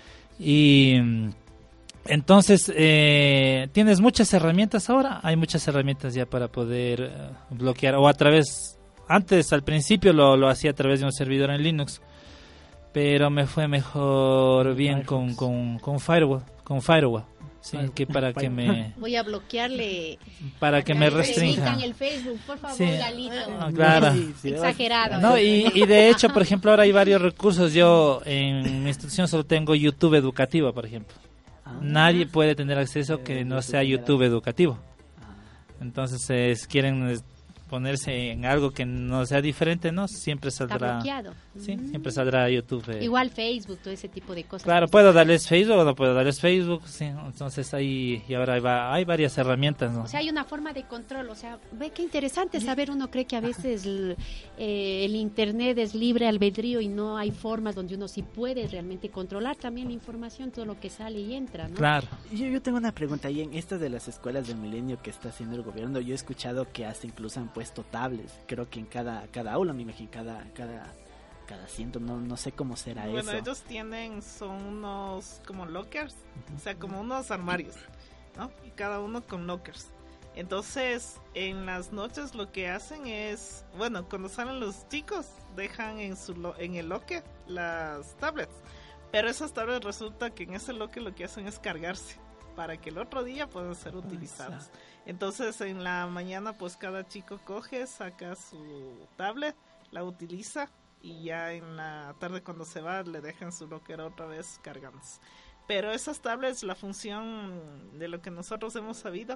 y entonces tienes muchas herramientas ahora. Hay muchas herramientas ya para poder bloquear o a través. Antes, al principio lo hacía a través de un servidor en Linux, pero me fue mejor bien con firewall, sí, que para que me voy a bloquearle para que me restrinja el Facebook, por favor, sí. Galito. Claro. Exagerado. No, y de hecho, por ejemplo, ahora hay varios recursos. Yo en mi institución solo tengo YouTube educativo, por ejemplo. Nadie puede tener acceso que no sea YouTube educativo. Entonces, quieren ponerse en algo que no sea diferente, ¿no? Siempre saldrá. Está bloqueado. Sí, siempre saldrá YouTube. Igual Facebook, todo ese tipo de cosas. Claro, puedo darles Facebook o no puedo darles Facebook, sí. Entonces ahí, y ahora hay varias herramientas, ¿no? O sea, hay una forma de control, o sea, ve qué interesante saber, uno cree que a veces el Internet es libre albedrío y no hay formas donde uno sí puede realmente controlar también la información, todo lo que sale y entra, ¿no? Claro. Yo tengo una pregunta, y en estas de las escuelas del milenio que está haciendo el gobierno, yo he escuchado que hasta incluso han puesto tablets, creo que en cada aula, me imagino, cada asiento, no sé cómo será eso. Bueno, ellos son unos como lockers, o sea, como unos armarios, ¿no? Y cada uno con lockers. Entonces, en las noches lo que hacen es, bueno, cuando salen los chicos, dejan en el locker las tablets. Pero esas tablets resulta que en ese locker lo que hacen es cargarse para que el otro día puedan ser utilizadas. Entonces, en la mañana, pues cada chico coge, saca su tablet, la utiliza, y ya en la tarde cuando se va le dejan su locker otra vez cargándose. Pero esas tablets, la función de lo que nosotros hemos sabido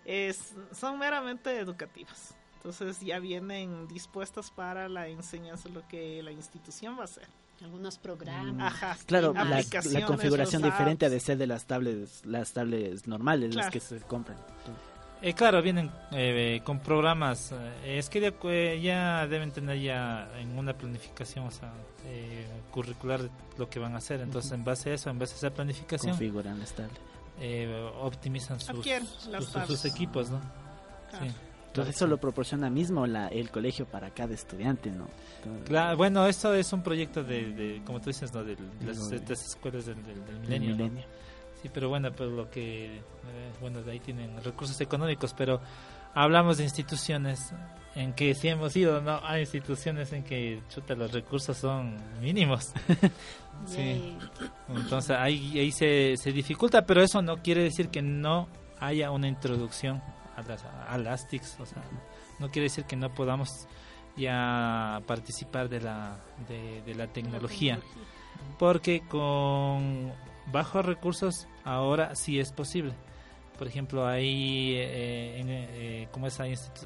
son meramente educativas. Entonces ya vienen dispuestas para la enseñanza, lo que la institución va a hacer. Algunos programas. Ajá, Claro, la aplicaciones, configuración los diferente apps. de ser de las tablets normales, las Claro. que se compran. Claro, vienen con programas. Es que ya deben tener ya en una planificación, o sea, curricular lo que van a hacer. Entonces, en base a eso, en base a esa planificación, Configuran las tablets. optimizan Adquieren las sus tablets. equipos, ¿no? Claro. Sí. Entonces eso lo proporciona mismo el colegio para cada estudiante, ¿no? Claro, bueno, esto es un proyecto como tú dices, ¿no? De las Lo de- estas escuelas del Del milenio, ¿no? milenio. Sí, pero bueno, pues lo que bueno, de ahí tienen recursos económicos, pero hablamos de instituciones en que sí hemos ido, ¿no? Hay instituciones en que chuta, los recursos son mínimos. Sí. Entonces ahí se dificulta, pero eso no quiere decir que no haya una introducción a las TICs, o sea, no quiere decir que no podamos ya participar de la tecnología, porque con bajos recursos ahora sí es posible. Por ejemplo, hay como esa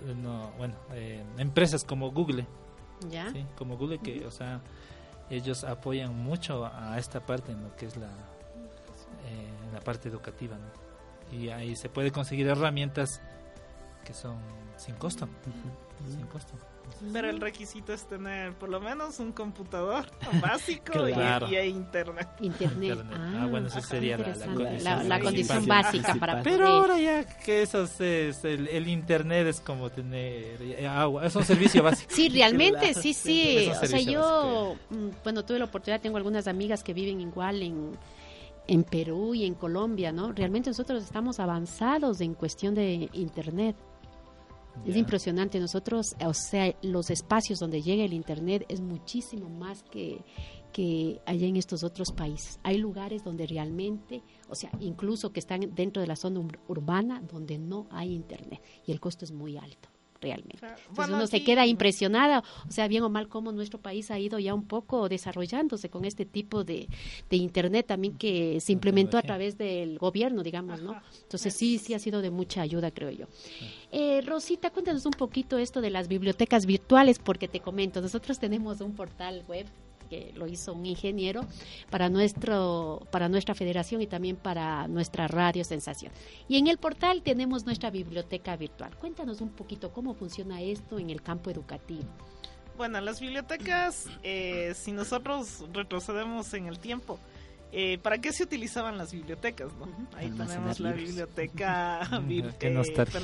empresas como Google, ¿Ya? ¿sí? Como Google, que, o sea, ellos apoyan mucho a esta parte, en lo que es la parte educativa, ¿no? Y ahí se puede conseguir herramientas que son sin costo. Sin costo. Pero el requisito es tener por lo menos un computador básico Claro. y internet. Internet. Bueno, esa sería la interesante. condición. La condición principal. básica para Pero poder... ahora ya que eso es el internet es como tener agua, es un servicio básico. Sí, realmente, Claro, sí, sí. sí. Es un O sea, servicio yo, bueno, tuve la oportunidad, tengo algunas amigas que viven igual en Perú y en Colombia, ¿no? Realmente nosotros estamos avanzados en cuestión de internet. Es Ya. impresionante. Nosotros, o sea, los espacios donde llega el internet es muchísimo más que allá en estos otros países. Hay lugares donde realmente, o sea, incluso que están dentro de la zona urbana donde no hay internet y el costo es muy alto. Realmente. Claro. Entonces Bueno, uno se aquí- queda impresionada, o sea, bien o mal cómo nuestro país ha ido ya un poco desarrollándose con este tipo de internet también que se implementó a través del gobierno, digamos, ¿no? Entonces sí ha sido de mucha ayuda, creo yo. Rosita, cuéntanos un poquito esto de las bibliotecas virtuales, porque te comento, nosotros tenemos un portal web que lo hizo un ingeniero para nuestra federación y también para nuestra radio Sensación. Y en el portal tenemos nuestra biblioteca virtual. Cuéntanos un poquito cómo funciona esto en el campo educativo. Bueno, las bibliotecas, si nosotros retrocedemos en el tiempo, ¿para qué se utilizaban las bibliotecas? ¿No? Ahí Almacenar tenemos la libros. biblioteca Qué nostalgia.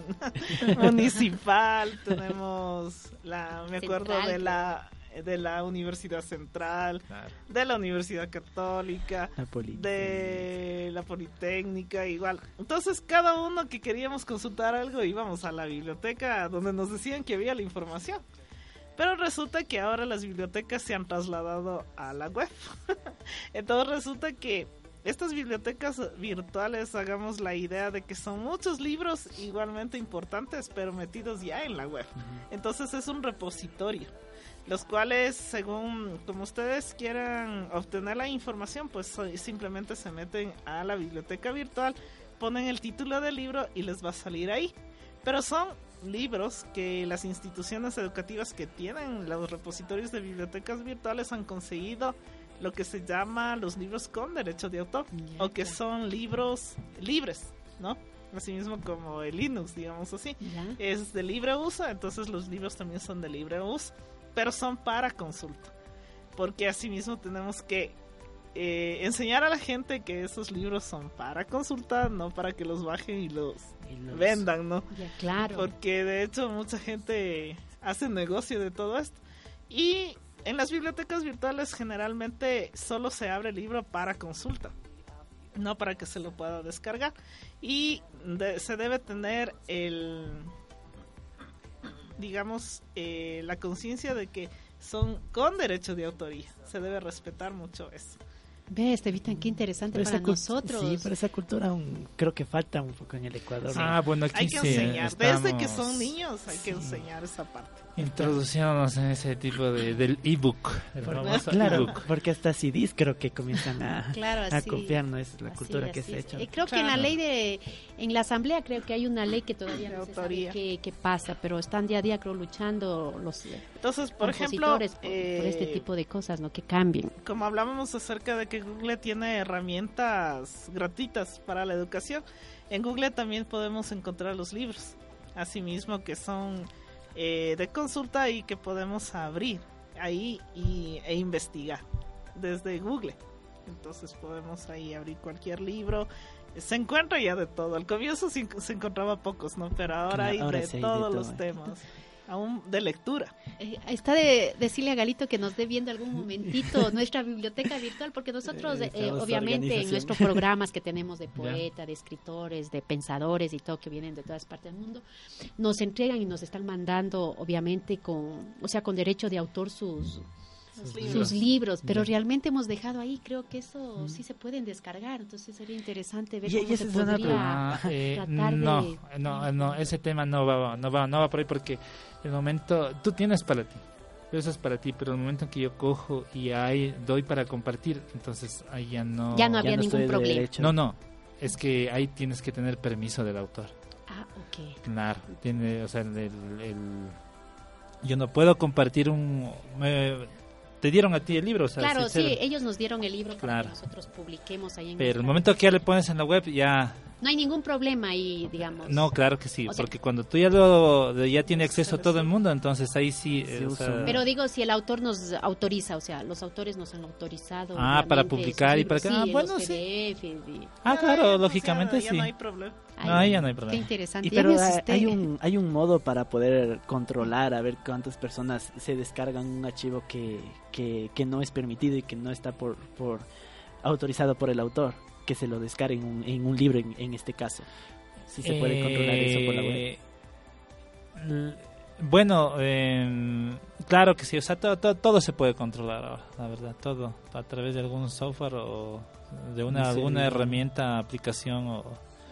municipal, tenemos me acuerdo Central. de la Universidad Central, Claro. de la Universidad Católica, La política. de la Politécnica, igual. Entonces, cada uno que queríamos consultar algo íbamos a la biblioteca donde nos decían que había la información. Pero resulta que ahora las bibliotecas se han trasladado a la web. Entonces resulta que estas bibliotecas virtuales, hagamos la idea de que son muchos libros igualmente importantes, pero metidos ya en la web. Entonces es un repositorio, los cuales, según como ustedes quieran obtener la información, pues simplemente se meten a la biblioteca virtual, ponen el título del libro y les va a salir ahí. Pero son libros que las instituciones educativas que tienen los repositorios de bibliotecas virtuales han conseguido lo que se llama los libros con derecho de autor, o que son libros libres, ¿no? Asimismo como el Linux, digamos así. ¿Ya? Es de libre uso, entonces los libros también son de libre uso, pero son para consulta, porque asimismo tenemos que enseñar a la gente que esos libros son para consulta, no para que los bajen y los vendan, ¿no? Ya, claro. Porque de hecho mucha gente hace negocio de todo esto. Y en las bibliotecas virtuales generalmente solo se abre el libro para consulta, no para que se lo pueda descargar. Y se debe tener la conciencia de que son con derecho de autoría. Se debe respetar mucho eso. Ve, Estevitan, qué interesante para nosotros. Sí, pero esa cultura aún creo que falta un poco en el Ecuador. Ah, bueno, aquí Hay que sí enseñar, estamos desde que son niños hay que enseñar esa parte. introduciéndonos en ese tipo del ebook, el famoso Claro, ebook. porque hasta CDs creo que comienzan a, Claro, a así, copiar, ¿no? Es la así, cultura que así se ha es. hecho. Creo que en la ley en la asamblea creo que hay una ley que todavía De no se sabe autoría. qué pasa, pero están día a día creo luchando los Entonces, por ejemplo, compositores por este tipo de cosas, ¿no? Que cambien. como hablábamos acerca de que Google tiene herramientas gratuitas para la educación, en Google también podemos encontrar los libros, asimismo que son de consulta y que podemos abrir ahí e investigar desde Google. Entonces podemos ahí abrir cualquier libro. Se encuentra ya de todo. Al comienzo se encontraba pocos, ¿no? Pero ahora hay Ahora de sí hay de todos todo. los temas. Aún de lectura. Está de decirle a Galito que nos dé viendo algún momentito nuestra biblioteca virtual, porque nosotros, Estamos obviamente, en organización. nuestros programas que tenemos de poeta, de escritores, de pensadores y todo, que vienen de todas partes del mundo, nos entregan y nos están mandando, obviamente, con derecho de autor sus libros, pero realmente hemos dejado ahí, creo que eso sí se pueden descargar, entonces sería interesante ver Y cómo esa se es una podría tratar no, ese tema no va por ahí, porque el momento, tú tienes para ti, eso es para ti, pero el momento en que yo cojo y ahí doy para compartir, entonces ahí ya no había Ya no ningún estoy de problema. derecho. no, es que ahí tienes que tener permiso del autor. Ah, ok. Claro, o sea, yo no puedo compartir te dieron a ti el libro, o sea, Claro, sincero. sí, ellos nos dieron el libro para Claro. que nosotros publiquemos ahí en Pero el nuestra- momento que ya le pones en la web, ya... No hay ningún problema ahí, digamos. No, claro que sí, O sea- porque cuando tú ya tiene acceso a todo el mundo, entonces ahí sí... o sea, Pero digo, si el autor nos autoriza, o sea, los autores nos han autorizado. Ah, para obviamente, publicar sus y para libros, que- sí, bueno, los sí. PDFs y- claro, Ya, lógicamente ya sí. no hay problema. No, ahí ya no hay Qué problema. interesante. Y Ya pero me asusté. hay un modo para poder controlar a ver cuántas personas se descargan un archivo que no es permitido y que no está por autorizado por el autor, que se lo descarguen en un libro en este caso. Si se puede controlar eso por la web. Bueno, claro que sí, o sea, todo se puede controlar ahora, la verdad, todo, a través de algún software o de No sé, alguna digamos. herramienta, aplicación o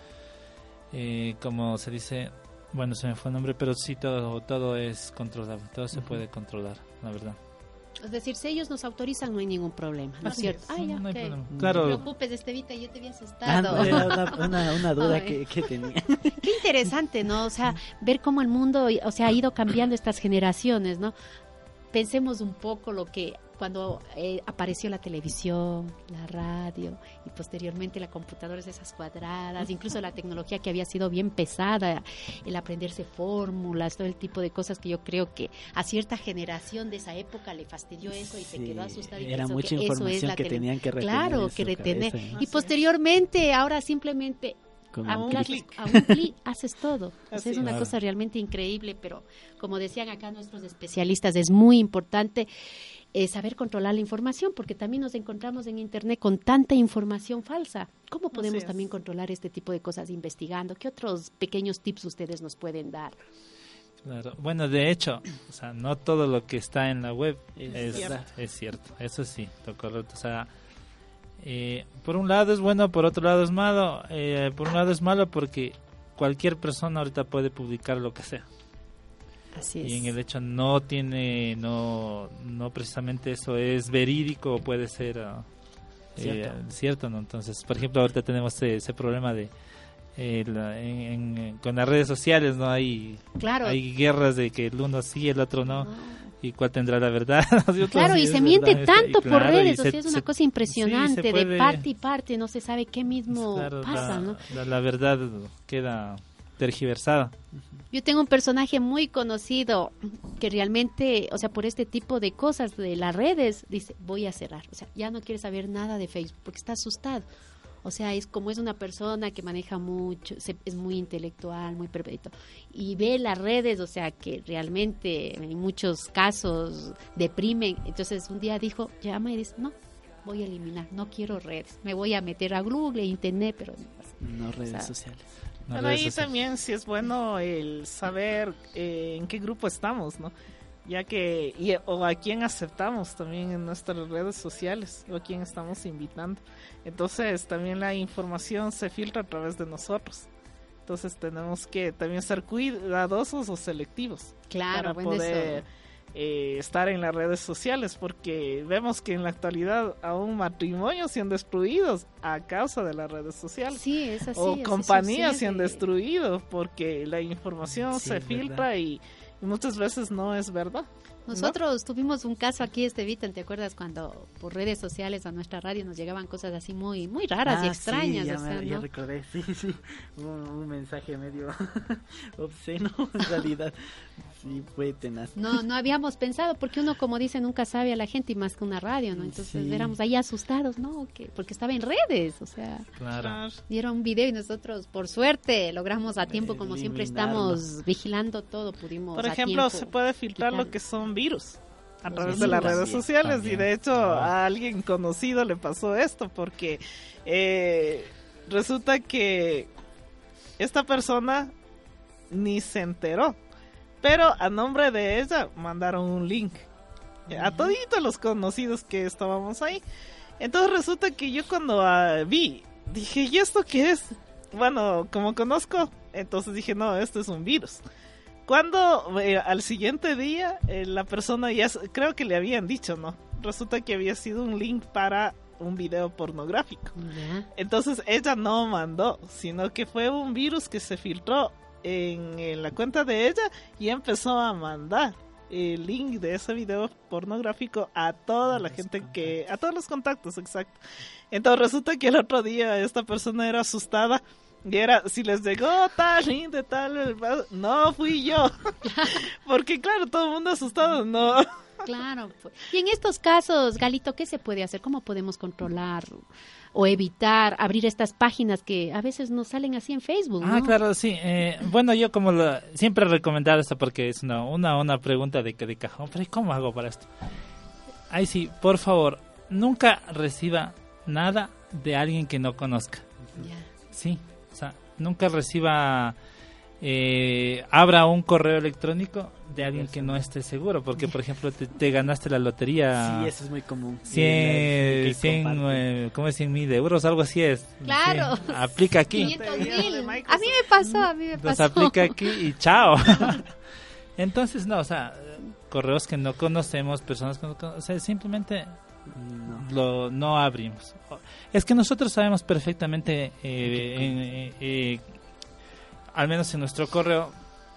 como se dice, bueno, se me fue el nombre, pero sí, todo es controlable, todo se puede controlar, la verdad. Es decir, si ellos nos autorizan, no hay ningún problema, ¿no es Así cierto? es, Ah, ya, no hay ok. problema. No Claro. te preocupes, Estevita, yo te había Ah, asustado. no, era una duda Ay. que tenía. Qué interesante, ¿no? O sea, ver cómo el mundo, o sea, ha ido cambiando estas generaciones, ¿no? Pensemos un poco lo que cuando apareció la televisión, la radio y posteriormente la computadora, esas cuadradas, incluso la tecnología que había sido bien pesada, el aprenderse fórmulas, todo el tipo de cosas que yo creo que a cierta generación de esa época le fastidió eso y se Sí, quedó asustada y era pensó mucha que eso es información la que tenían que retener Claro, en que su retener. cabeza. Y posteriormente, ahora simplemente Con a un un clic. clic haces todo. O sea, Así es una es. cosa realmente increíble, pero como decían acá nuestros especialistas, es muy importante saber controlar la información, porque también nos encontramos en Internet con tanta información falsa. ¿Cómo podemos es. también controlar este tipo de cosas investigando? ¿Qué otros pequeños tips ustedes nos pueden dar? Claro. Bueno, de hecho, o sea, no todo lo que está en la web Es es cierto, eso sí, lo correcto. O sea, por un lado es bueno, por otro lado es malo. Por un lado es malo porque cualquier persona ahorita puede publicar lo que sea. Así es. Y en el hecho no precisamente eso es verídico o puede ser cierto, ¿no? Entonces, por ejemplo, ahorita tenemos ese problema de con las redes sociales, ¿no? Hay guerras de que el uno sí, el otro no. ¿Y cuál tendrá la verdad? Claro, y se miente tanto por redes, o sea, es una cosa sí, impresionante, se puede- de parte y parte, no se sabe qué mismo claro, pasa, ¿no? la verdad queda tergiversada. Yo tengo un personaje muy conocido que realmente, o sea, por este tipo de cosas de las redes, dice, voy a cerrar. O sea, ya no quiere saber nada de Facebook porque está asustado. O sea, es como es una persona que maneja mucho, es muy intelectual, muy perfecto. Y ve las redes, o sea, que realmente en muchos casos deprimen. Entonces un día dijo, llama y dice, no, voy a eliminar, no quiero redes. Me voy a meter a Google, Internet, pero No redes O sea, sociales. No, Pero ahí también sí es bueno el saber en qué grupo estamos, ¿no? ya que o a quién aceptamos también en nuestras redes sociales o a quién estamos invitando. Entonces también la información se filtra a través de nosotros. Entonces tenemos que también ser cuidadosos o selectivos Claro, para bueno, poder estar en las redes sociales, porque vemos que en la actualidad aún matrimonios se han destruido a causa de las redes sociales. Sí, es así. O eso compañías se han sucede. destruido porque la información Sí, se es filtra y muchas veces no es verdad. Nosotros tuvimos un caso aquí, Estevitan, ¿te acuerdas cuando por redes sociales a nuestra radio nos llegaban cosas así muy muy raras y extrañas? Sí, ya, o sea, ya ¿no? recordé, sí. Un mensaje medio obsceno, en realidad. Sí, fue tenaz. No habíamos pensado, porque uno, como dice, nunca sabe a la gente y más que una radio, ¿no? Entonces Sí. éramos ahí asustados, ¿no? Porque estaba en redes, o sea, Claro. dieron un video y nosotros, por suerte, logramos a tiempo, como siempre Eliminarlo. estamos vigilando todo, pudimos Por a ejemplo, tiempo se puede filtrar quitarlo. lo que son virus a Los través de las virus. redes sociales También. y de hecho a alguien conocido le pasó esto porque resulta que esta persona ni se enteró, pero a nombre de ella mandaron un link a toditos los conocidos que estábamos ahí. Entonces resulta que yo cuando vi, dije, ¿y esto qué es? Bueno, como conozco, entonces dije, no, esto es un virus. Cuando al siguiente día la persona ya, creo que le habían dicho, ¿no? Resulta que había sido un link para un video pornográfico. Ya. Entonces ella no mandó, sino que fue un virus que se filtró en la cuenta de ella y empezó a mandar el link de ese video pornográfico a toda la gente a todos los contactos, exacto. Entonces resulta que el otro día esta persona era asustada y era, si les llegó tal link de tal, no fui yo. Porque claro, todo el mundo asustado, no. Claro. Pues. Y en estos casos, Galito, ¿qué se puede hacer? ¿Cómo podemos controlar o evitar abrir estas páginas que a veces nos salen así en Facebook, ¿no? Ah, claro, sí. Bueno, yo como siempre he recomendado esto porque es una pregunta de cajón. Pero ¿y cómo hago para esto? Ay, sí, por favor, nunca reciba nada de alguien que no conozca. Ya. Sí, o sea, nunca reciba, abra un correo electrónico de alguien que no esté seguro, porque por ejemplo te ganaste la lotería. Sí, eso es muy común. 100, ¿cómo es? 100.000 euros, algo así es. Claro. Sí, aplica aquí. 500,000. A mí me pasó, Los aplica aquí y chao. Entonces, no, o sea, correos que no conocemos, personas que no conocemos, o sea, simplemente no abrimos. Es que nosotros sabemos perfectamente, al menos en nuestro correo,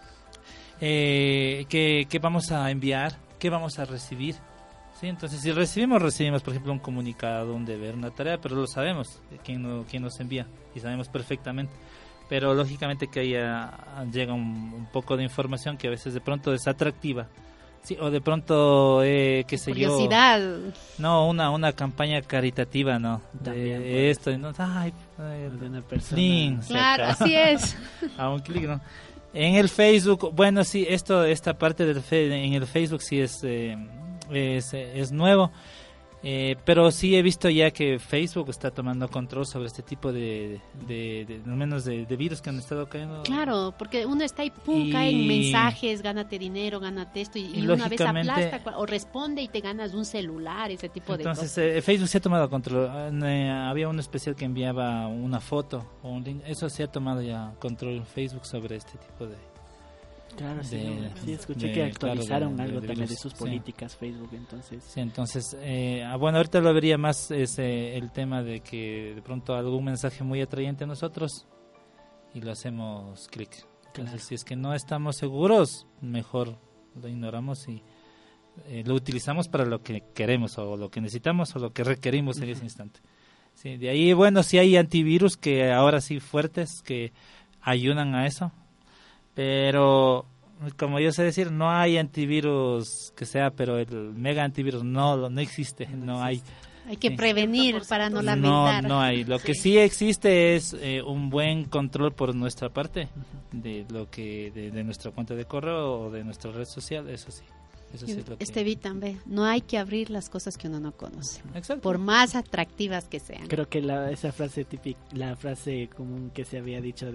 que vamos a enviar, que vamos a recibir. ¿Sí? Entonces, si recibimos, por ejemplo, un comunicado, un deber, una tarea, pero lo sabemos quién nos envía y sabemos perfectamente. Pero lógicamente que ahí llega un poco de información que a veces de pronto es atractiva. Sí, o de pronto, qué sé Curiosidad. yo. No, una campaña caritativa, ¿no? También, De esto, ¿no? Ay, De una persona. link, Claro, saca. así es. A un clic, ¿no? En el Facebook, bueno, sí, esta parte en el Facebook sí es nuevo, pero sí he visto ya que Facebook está tomando control sobre este tipo de al menos de virus que han estado cayendo. Claro, porque uno está ahí, pum, Y- caen mensajes, gánate dinero, gánate esto, y una vez lógicamente- aplasta o responde y te ganas un celular, ese tipo de Entonces cosas. Facebook se ha tomado control. Había un especial que enviaba una foto o un link. Eso se ha tomado ya control Facebook sobre este tipo de... Claro, sí, de- sí, escuché de- que actualizaron claro, de algo también de virus, sus sí. políticas Facebook, entonces. Sí, entonces, bueno, ahorita lo vería más el tema de que de pronto algún mensaje muy atrayente a nosotros y lo hacemos clic. Entonces, Claro. si es que no estamos seguros, mejor lo ignoramos y lo utilizamos para lo que queremos o lo que necesitamos o lo que requerimos en ese instante. Sí, de ahí, bueno, sí hay antivirus que ahora sí fuertes que ayudan a eso, pero como yo sé decir, no hay antivirus que sea, pero el mega antivirus no existe, no hay. Hay que sí. prevenir para no lamentar. No hay. Lo que sí existe es un buen control por nuestra parte de lo que de nuestra cuenta de correo o de nuestra red social, eso sí. Eso sí es lo que... Estevitan, ve, no hay que abrir las cosas que uno no conoce, Exacto. por más atractivas que sean. Creo que esa frase típica, la frase común que se había dicho de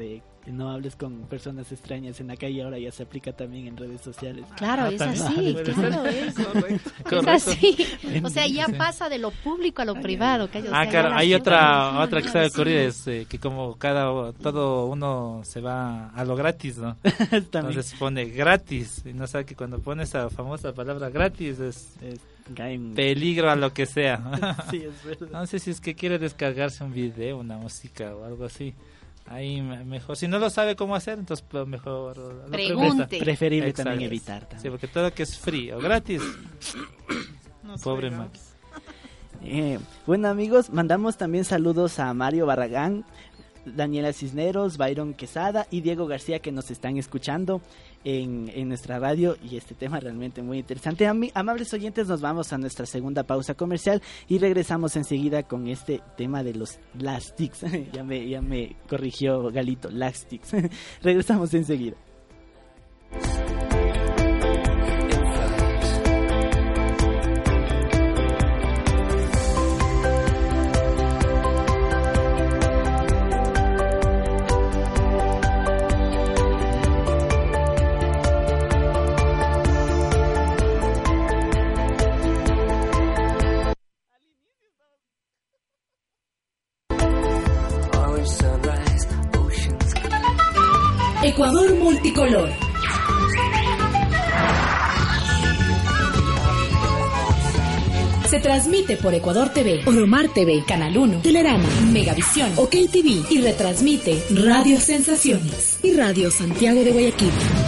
no hables con personas extrañas en la calle, ahora ya se aplica también en redes sociales. Claro, es también. así, claro, es así. O sea, ya pasa de lo público a lo privado. Claro, hay otra que se me ocurrió, es que como todo uno se va a lo gratis, ¿no? Entonces pone gratis, y no sabe que cuando pone esa famosa palabra gratis es peligro a lo que sea. Sí, es verdad. No sé si es que quiere descargarse un video, una música o algo así. Ahí mejor, si no lo sabe cómo hacer, entonces mejor lo pregunte. Preferible Exacto. también evitar. También. Sí, porque todo que es free o gratis, pobre Max. Bueno, amigos, mandamos también saludos a Mario Barragán, Daniela Cisneros, Byron Quesada y Diego García, que nos están escuchando en nuestra radio, y este tema realmente muy interesante. Amables oyentes, nos vamos a nuestra segunda pausa comercial y regresamos enseguida con este tema de los lastics. ya me corrigió Galito, lastics. Regresamos enseguida. Ecuador multicolor. Se transmite por Ecuador TV, Oromar TV, Canal 1, Telerama, Megavisión, OK TV y retransmite Radio Sensaciones y Radio Santiago de Guayaquil.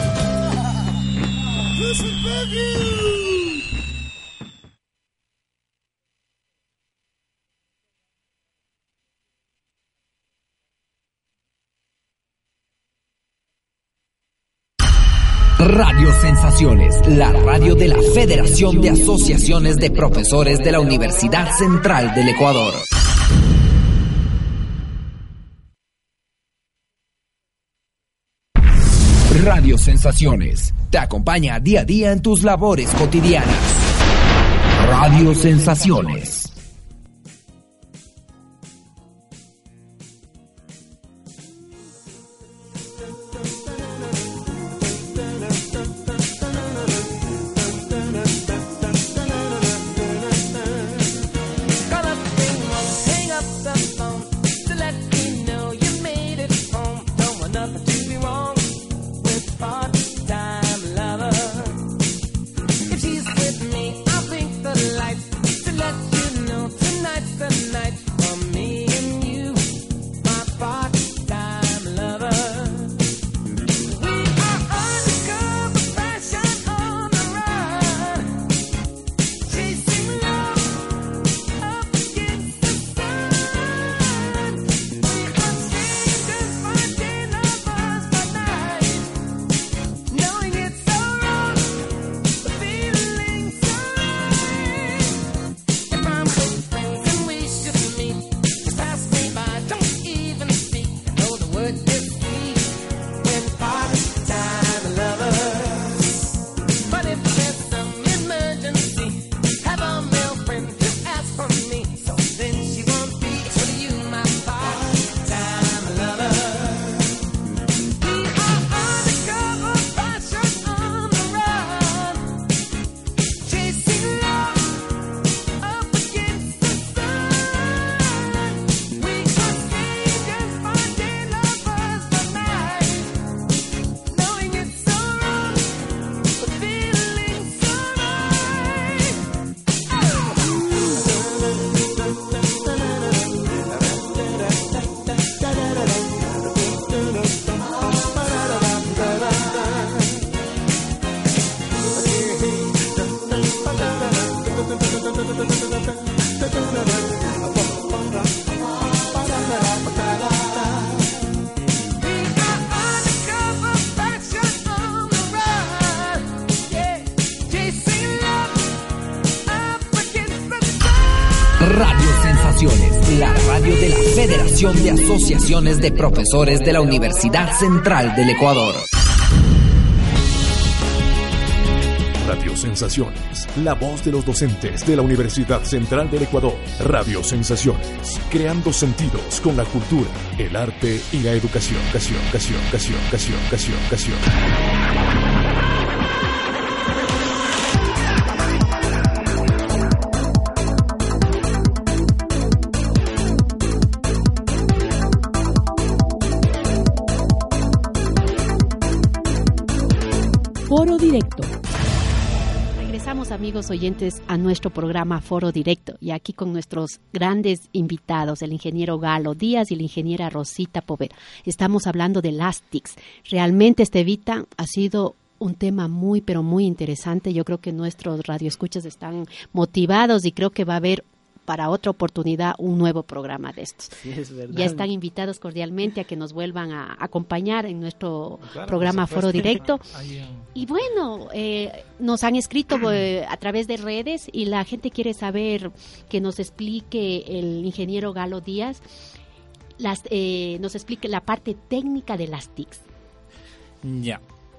Radio Sensaciones, la radio de la Federación de Asociaciones de Profesores de la Universidad Central del Ecuador. Radio Sensaciones te acompaña día a día en tus labores cotidianas. Radio Sensaciones. Radio Sensaciones, la radio de la Federación de Asociaciones de Profesores de la Universidad Central del Ecuador. Radio Sensaciones, la voz de los docentes de la Universidad Central del Ecuador. Radio Sensaciones, creando sentidos con la cultura, el arte y la educación. Foro Directo. Regresamos, amigos oyentes, a nuestro programa Foro Directo, y aquí con nuestros grandes invitados, el ingeniero Galo Díaz y la ingeniera Rosita Poveda. Estamos hablando de las TICs. Realmente, Estevita, ha sido un tema muy, pero muy interesante. Yo creo que nuestros radioescuchas están motivados y creo que va a haber para otra oportunidad un nuevo programa de estos. Sí, es verdad. Ya están invitados cordialmente a que nos vuelvan a acompañar en nuestro programa Foro Directo. Y bueno, nos han escrito a través de redes y la gente quiere saber que nos explique el ingeniero Galo Díaz, nos explique la parte técnica de las TICs. Ya.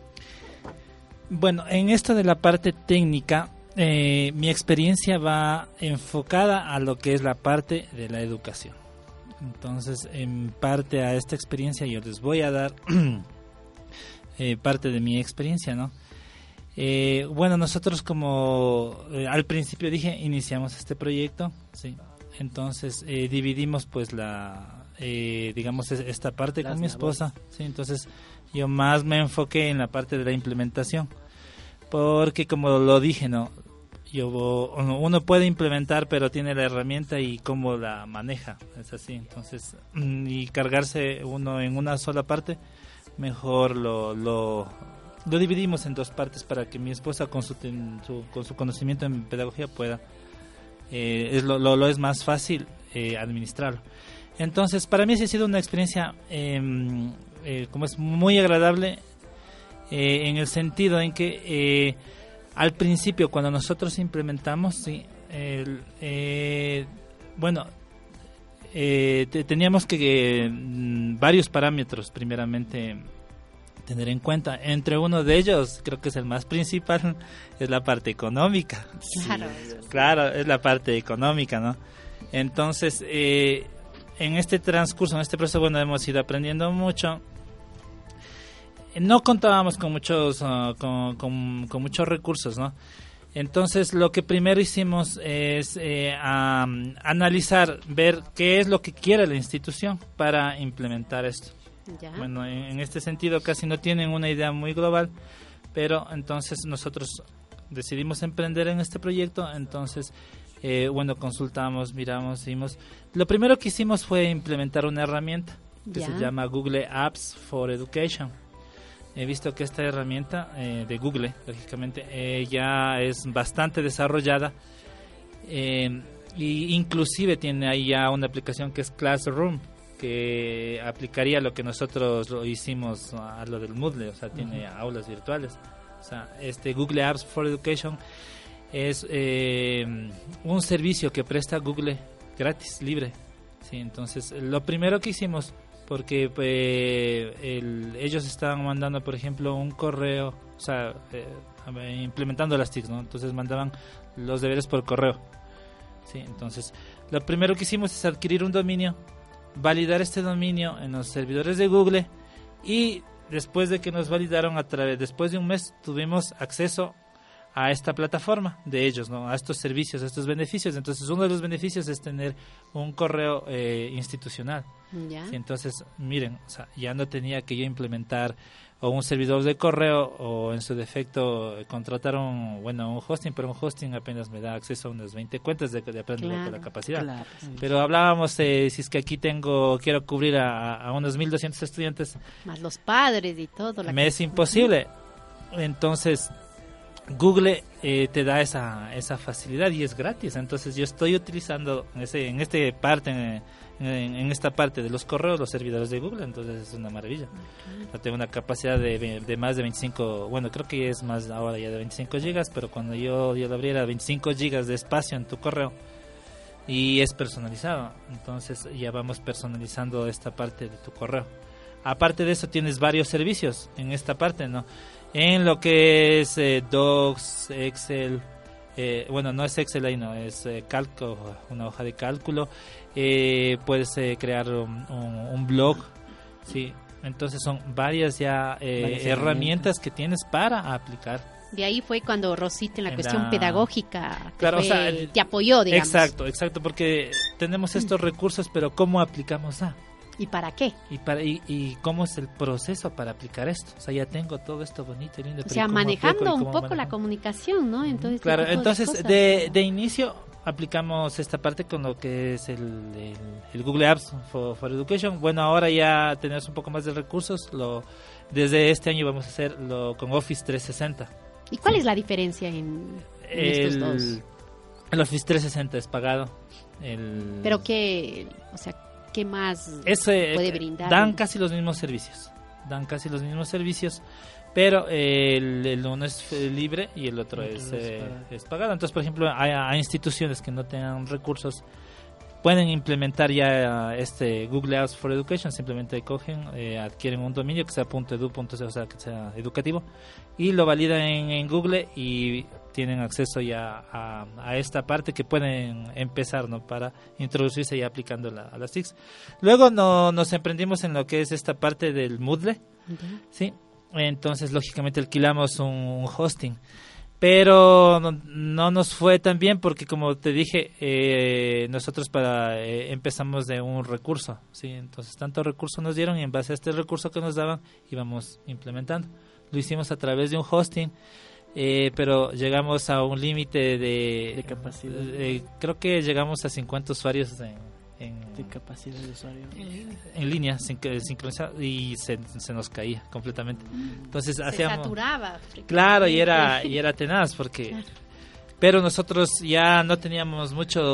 Bueno, en esto de la parte técnica, mi experiencia va enfocada a lo que es la parte de la educación. Entonces, en parte a esta experiencia yo les voy a dar parte de mi experiencia, ¿no? Bueno, nosotros como al principio dije, iniciamos este proyecto, ¿sí? Entonces dividimos pues digamos esta parte con mi esposa, ¿sí? Entonces yo más me enfoqué en la parte de la implementación, porque como lo dije, ¿no? Uno puede implementar, pero tiene la herramienta y cómo la maneja, es así. Entonces, y cargarse uno en una sola parte, mejor lo dividimos en dos partes para que mi esposa con su conocimiento en pedagogía pueda, lo es más fácil administrarlo. Entonces, para mí sí ha sido una experiencia como es muy agradable, en el sentido en que al principio, cuando nosotros implementamos, sí, teníamos que varios parámetros primeramente tener en cuenta. Entre uno de ellos, creo que es el más principal, es la parte económica. Claro, es la parte económica, ¿no? Entonces, en este transcurso, en este proceso, bueno, hemos ido aprendiendo mucho. No contábamos con muchos muchos recursos, ¿no? Entonces, lo que primero hicimos es analizar, ver qué es lo que quiere la institución para implementar esto. ¿Ya? Bueno, en este sentido casi no tienen una idea muy global, pero entonces nosotros decidimos emprender en este proyecto. Entonces, consultamos, miramos, vimos. Lo primero que hicimos fue implementar una herramienta que se llama Google Apps for Education. He visto que esta herramienta de Google, lógicamente, ya es bastante desarrollada, y inclusive tiene ahí ya una aplicación que es Classroom, que aplicaría lo que nosotros lo hicimos a lo del Moodle, o sea, tiene aulas virtuales. O sea, Google Apps for Education es un servicio que presta Google gratis, libre. Sí, entonces, lo primero que hicimos, porque ellos estaban mandando, por ejemplo, un correo, o sea, implementando las TICs, ¿no? Entonces mandaban los deberes por correo. Sí, entonces, lo primero que hicimos es adquirir un dominio, validar este dominio en los servidores de Google, y después de que nos validaron, después de un mes, tuvimos acceso a esta plataforma de ellos, ¿no? A estos servicios, a estos beneficios. Entonces, uno de los beneficios es tener un correo institucional. ¿Ya? Sí, entonces, miren, o sea, ya no tenía que yo implementar o un servidor de correo, o en su defecto contratar un hosting, pero un hosting apenas me da acceso a unas 20 cuentas de aprender la capacidad. Claro, sí. Pero hablábamos, si es que aquí quiero cubrir a unos 1.200 estudiantes. Más los padres y todo. Me es imposible. Entonces, Google te da esa facilidad y es gratis. Entonces yo estoy utilizando en esta parte de los correos, los servidores de Google. Entonces es una maravilla. Tengo una capacidad de más de 25, bueno, creo que es más ahora ya de 25 gigas, pero cuando yo lo abriera, 25 gigas de espacio en tu correo, y es personalizado. Entonces ya vamos personalizando esta parte de tu correo. Aparte de eso, tienes varios servicios en esta parte, ¿no? En lo que es Docs, Excel, bueno, no es Excel ahí, no, es una hoja de cálculo. Puedes crear un blog, ¿sí? Entonces son varias ya herramientas que tienes para aplicar. De ahí fue cuando Rosita, en la cuestión pedagógica, claro, te apoyó, digamos. Exacto, porque tenemos estos recursos, pero ¿cómo aplicamos ¿Y para qué? Y cómo es el proceso para aplicar esto. O sea, ya tengo todo esto bonito y lindo. O sea, manejando un poco la comunicación, ¿no? Entonces, claro, entonces de inicio aplicamos esta parte con lo que es el Google Apps for Education. Bueno, ahora ya tenemos un poco más de recursos. Desde este año vamos a hacerlo con Office 360. ¿Y cuál es la diferencia en estos dos? El Office 360 es pagado. Pero ¿qué más puede brindar? Dan casi los mismos servicios. Pero el uno es libre y el otro es pagado. Entonces, por ejemplo, hay instituciones que no tengan recursos, pueden implementar ya este Google Apps for Education. Simplemente cogen, adquieren un dominio que sea .edu, o sea, que sea educativo, y lo validan en Google y tienen acceso ya a esta parte que pueden empezar, ¿no? Para introducirse ya aplicando a las TICs. Luego nos emprendimos en lo que es esta parte del Moodle, ¿sí? Entonces, lógicamente, alquilamos un hosting. Pero no nos fue tan bien porque, como te dije, nosotros empezamos de un recurso, ¿sí? Entonces, tanto recurso nos dieron y en base a este recurso que nos daban íbamos implementando. Lo hicimos a través de un hosting, pero llegamos a un límite de capacidad. Creo que llegamos a 50 usuarios de capacidad de usuario en línea, sincronizado, y se nos caía completamente. Entonces se saturaba. Claro, y era tenaz porque claro. Pero nosotros ya no teníamos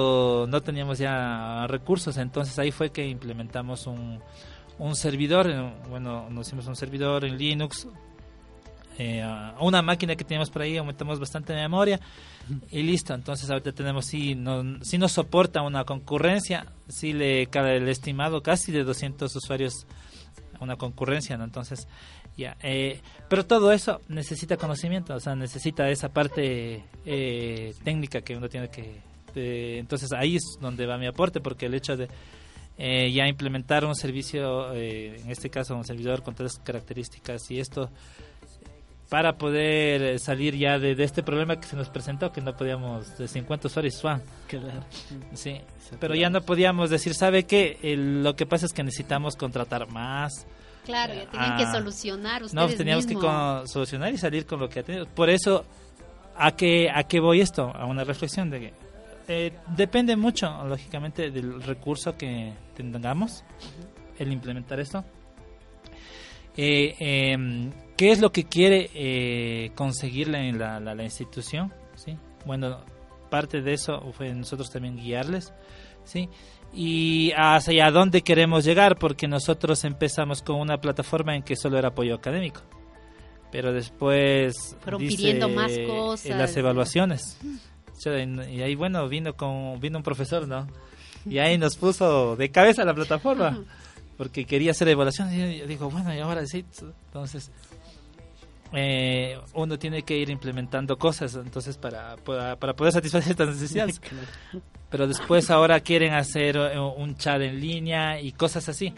ya recursos, entonces ahí fue que implementamos un servidor. Bueno, nos hicimos un servidor en Linux, una máquina que teníamos por ahí, aumentamos bastante memoria y listo. Entonces ahorita tenemos, si nos soporta una concurrencia, sí le cabe el estimado casi de 200 usuarios una concurrencia, ¿no? Entonces ya, pero todo eso necesita conocimiento, o sea, necesita esa parte técnica que uno tiene que entonces ahí es donde va mi aporte, porque el hecho de ya implementar un servicio, en este caso un servidor con tales características, y esto para poder salir ya de este problema que se nos presentó, que no podíamos, de 50 usuarios, claro. Sí, pero ya no podíamos decir, ¿sabe qué? Lo que pasa es que necesitamos contratar más. Claro, ya tenían que solucionar ustedes No, teníamos mismos. que solucionar y salir con lo que tenemos. Por eso, ¿a qué voy esto? A una reflexión de que depende mucho, lógicamente, del recurso que tengamos, el implementar esto. ¿Qué es lo que quiere conseguirle en la institución? ¿Sí? Bueno, parte de eso fue nosotros también guiarles, ¿sí? Y hacia dónde queremos llegar, porque nosotros empezamos con una plataforma en que solo era apoyo académico, pero después fueron pidiendo más cosas, las evaluaciones, y ahí bueno vino un profesor, ¿no? Y ahí nos puso de cabeza la plataforma porque quería hacer evaluación, y yo digo, bueno, y ahora sí. Entonces uno tiene que ir implementando cosas, entonces para poder satisfacer estas necesidades. Pero después ahora quieren hacer un chat en línea y cosas así.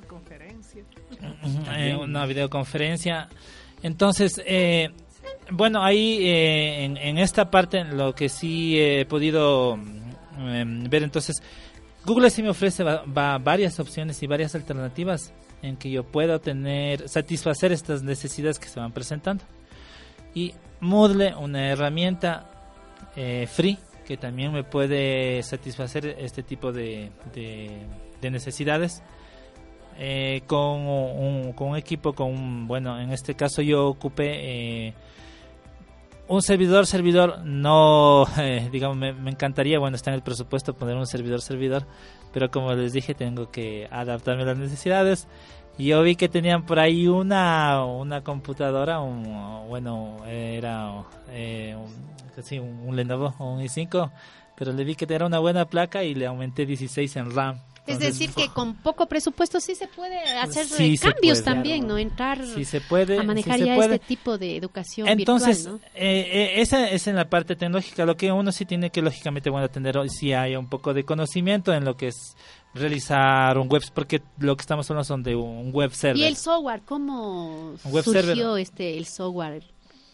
Una videoconferencia. Entonces, bueno, ahí en esta parte lo que sí he podido ver, entonces, Google sí me ofrece varias opciones y varias alternativas en que yo puedo satisfacer estas necesidades que se van presentando. Y Moodle, una herramienta free que también me puede satisfacer este tipo de necesidades, con un equipo, bueno, en este caso yo ocupé un servidor, no, digamos, me encantaría, bueno, está en el presupuesto poner un servidor, pero como les dije, tengo que adaptarme a las necesidades. Y yo vi que tenían por ahí una computadora, era un Lenovo o un i5, pero le vi que era una buena placa y le aumenté 16 en RAM. Es decir, que con poco presupuesto sí se puede hacer Sí se cambios puede, también, ¿no? Entrar Sí se puede, a manejar sí se ya puede. este tipo de educación Entonces, virtual, ¿no? esa es en la parte tecnológica. Lo que uno sí tiene que, lógicamente, bueno, tener hoy sí hay un poco de conocimiento en lo que es realizar un web, porque lo que estamos hablando son de un web server. ¿Y el software? ¿Cómo Un web surgió server. el software?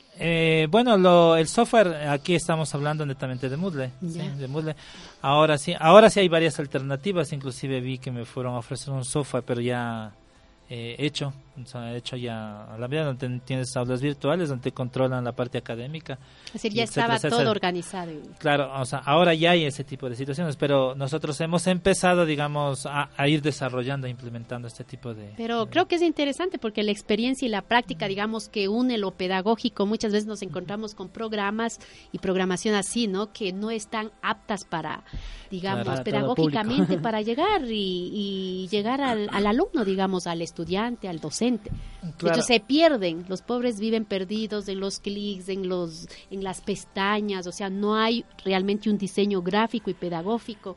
Bueno, el software, aquí estamos hablando netamente de Moodle, ¿sí? Ya. De Moodle. Ahora sí hay varias alternativas, inclusive vi que me fueron a ofrecer un software, pero ya hecho ya a la medida, donde tienes aulas virtuales, donde controlan la parte académica. Es decir, y ya etcétera, estaba etcétera. todo organizado. Claro, o sea, ahora ya hay ese tipo de situaciones, pero nosotros hemos empezado, digamos, a ir desarrollando, implementando este tipo de... Pero creo que es interesante porque la experiencia y la práctica, digamos, que une lo pedagógico. Muchas veces nos encontramos con programas y programación así, ¿no? Que no están aptas para, digamos, Claro. pedagógicamente para llegar y llegar al alumno, digamos, al estudiante, al docente. De Claro. hecho, se pierden. Los pobres viven perdidos en los clics, en las pestañas. O sea, no hay realmente un diseño gráfico y pedagógico,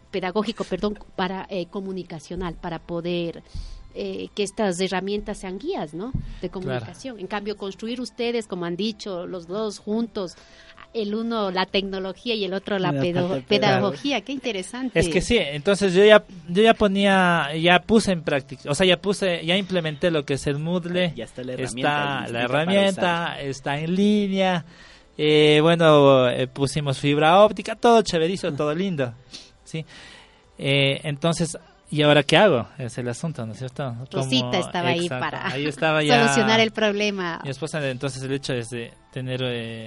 para comunicacional, para poder que estas herramientas sean guías, ¿no? De comunicación. En cambio, construir ustedes, como han dicho, los dos juntos, el uno la tecnología y el otro la pedagogía, qué interesante. Es que sí, entonces yo ya puse en práctica, o sea, ya implementé lo que es el Moodle. Ya está la herramienta, está en línea. Pusimos fibra óptica, todo chéverizo, todo lindo, ¿sí? Entonces, ¿y ahora qué hago? Es el asunto, ¿no es cierto? Rosita estaba ahí para ahí estaba ya solucionar el problema. Mi esposa, entonces el hecho es de tener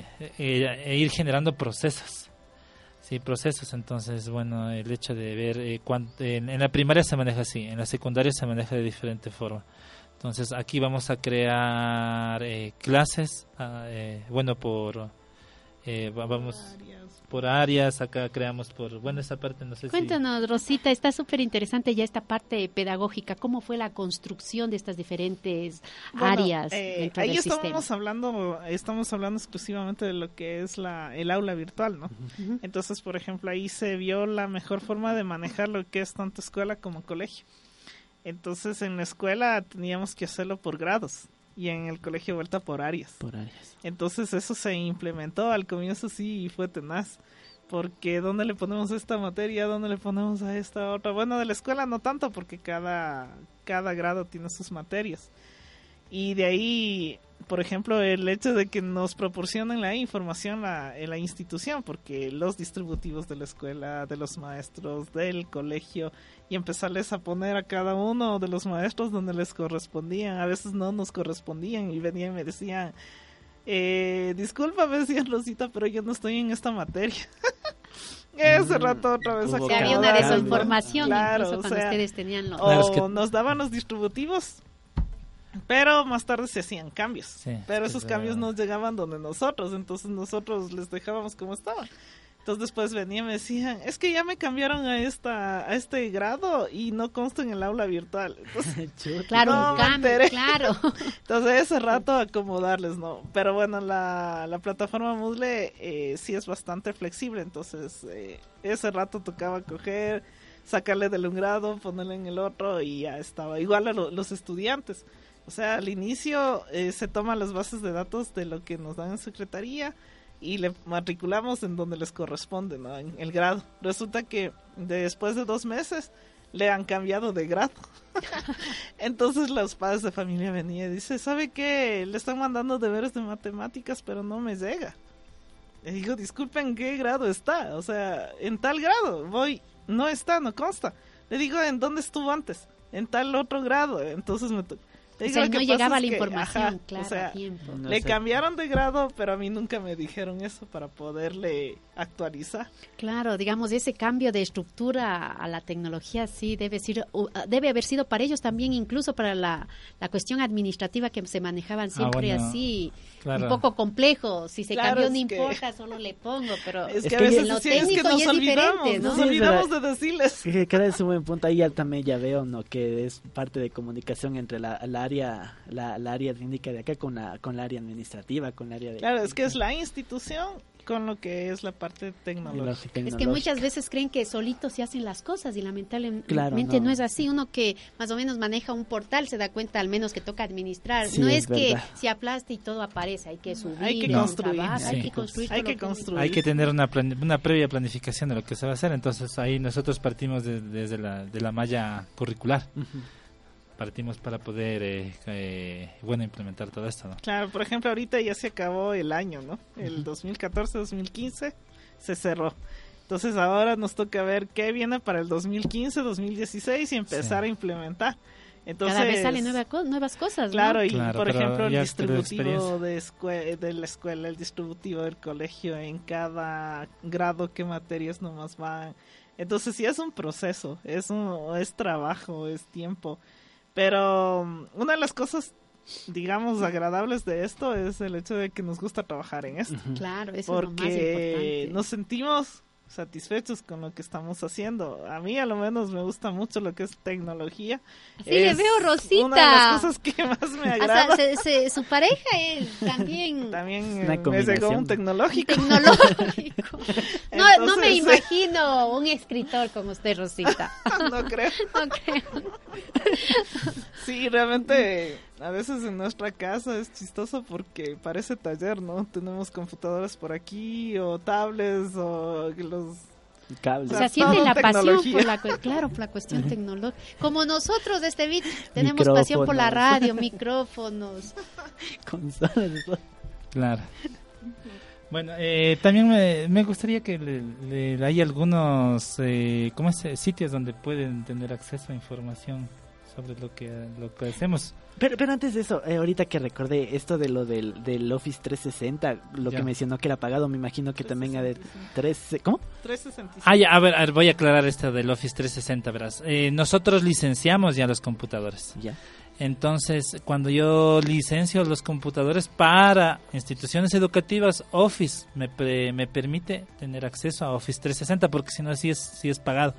ir generando procesos. Sí, procesos. Entonces, bueno, el hecho de ver en la primaria se maneja así, en la secundaria se maneja de diferente forma. Entonces, aquí vamos a crear clases, por áreas, acá creamos esa parte no sé. Cuéntanos, Rosita, está súper interesante ya esta parte pedagógica. ¿Cómo fue la construcción de estas diferentes áreas dentro ahí del estamos sistema? hablando exclusivamente de lo que es el aula virtual, ¿no? Uh-huh. Entonces, por ejemplo, ahí se vio la mejor forma de manejar lo que es tanto escuela como colegio. Entonces, en la escuela teníamos que hacerlo por grados y en el colegio vuelta por áreas. Entonces eso se implementó al comienzo, sí, y fue tenaz, porque ¿dónde le ponemos esta materia? ¿Dónde le ponemos a esta otra? Bueno, de la escuela no tanto, porque cada grado tiene sus materias. Y de ahí, por ejemplo, el hecho de que nos proporcionen la información en la institución, porque los distributivos de la escuela, de los maestros, del colegio, y empezarles a poner a cada uno de los maestros donde les correspondían. A veces no nos correspondían y venían y me decían, discúlpame, decía Rosita, pero yo no estoy en esta materia. Ese rato otra vez O sea, había una desinformación, claro, incluso cuando ustedes tenían los... O nos daban los distributivos, pero más tarde se hacían cambios. Sí, pero esos cambios no llegaban donde nosotros, entonces nosotros les dejábamos como estaban. Entonces después venían y me decían, es que ya me cambiaron a este grado y no consta en el aula virtual. Entonces, claro, no un cambio, claro. Entonces ese rato acomodarles, ¿no? Pero bueno, la plataforma Moodle sí es bastante flexible, entonces ese rato tocaba coger, sacarle del un grado, ponerle en el otro y ya estaba. Igual a los estudiantes. O sea, al inicio se toman las bases de datos de lo que nos dan en secretaría y le matriculamos en donde les corresponde, ¿no? En el grado. Resulta que después de 2 meses le han cambiado de grado. Entonces los padres de familia venían y dicen, ¿sabe qué? Le están mandando deberes de matemáticas, pero no me llega. Le digo, disculpen, ¿en qué grado está? O sea, en tal grado. No está, no consta. Le digo, ¿en dónde estuvo antes? En tal otro grado. Entonces o sea, no llegaba la información, claro, o sea, a tiempo. Le cambiaron de grado, pero a mí nunca me dijeron eso para poderle actualizar. Claro, digamos, ese cambio de estructura a la tecnología sí debe haber sido para ellos también, incluso para la cuestión administrativa que se manejaban siempre así, claro. Un poco complejo. Si se cambió no importa, solo le pongo, pero es que a veces lo técnico ya es diferente, ¿no? Nos olvidamos de decirles. Que cada vez un buen punto ahí ya también ya veo, ¿no? Que es parte de comunicación entre la área área, la área técnica de acá con la área administrativa, con la área de... Claro, es que es la institución con lo que es la parte tecnológica. Es que muchas veces creen que solitos se hacen las cosas y lamentablemente Claro, no es así. Uno que más o menos maneja un portal se da cuenta al menos que toca administrar. Sí, no es es que verdad. se aplaste y todo aparece, hay que subir, Hay que construir. trabajar, hay Sí. que construir. Hay todo que lo que- construir. Hay que tener una previa planificación de lo que se va a hacer, entonces ahí nosotros partimos desde la malla curricular. Partimos para poder implementar todo esto, ¿no? Claro, por ejemplo, ahorita ya se acabó el año, ¿no? El 2014-2015 se cerró. Entonces ahora nos toca ver qué viene para el 2015-2016 y empezar a implementar. Entonces, Cada vez salen nuevas cosas, ¿no? claro, y Claro, por pero ejemplo, el ya has tenido distributivo de la escuela, el distributivo del colegio, en cada grado qué materias nomás van. Entonces sí es un proceso, es trabajo, es tiempo. Pero una de las cosas, digamos, agradables de esto es el hecho de que nos gusta trabajar en esto. Claro, eso es lo más Porque importante. nos sentimos satisfechos con lo que estamos haciendo. A mí a lo menos me gusta mucho lo que es tecnología. Sí, le Es veo, Rosita. una de las cosas que más me agrada. Hasta su pareja él también También Una me llegó combinación. un tecnológico. tecnológico. No me Entonces, imagino un escritor como usted, Rosita. no creo. No creo. Sí, realmente a veces en nuestra casa es chistoso porque parece taller, ¿no? Tenemos computadoras por aquí o tablets o los... Cables. O sea, sea, siente todo la pasión tecnología. por la cuestión tecnológica. Como nosotros de este beat tenemos pasión por la Micrófonos. radio, micrófonos. Consolas, todo. Claro. Bueno, también me gustaría que hay algunos sitios donde pueden tener acceso a información sobre lo que hacemos. Pero antes de eso, ahorita que recordé esto de lo del Office 360, lo Ya. que mencionó que era pagado, me imagino que también ha de ¿cómo? 365. Ah, ya, a ver, voy a aclarar esto del Office 360, verás. Nosotros licenciamos ya los computadores. Ya. Entonces, cuando yo licencio los computadores para instituciones educativas, Office me permite tener acceso a Office 360, porque si no, sí es pagado.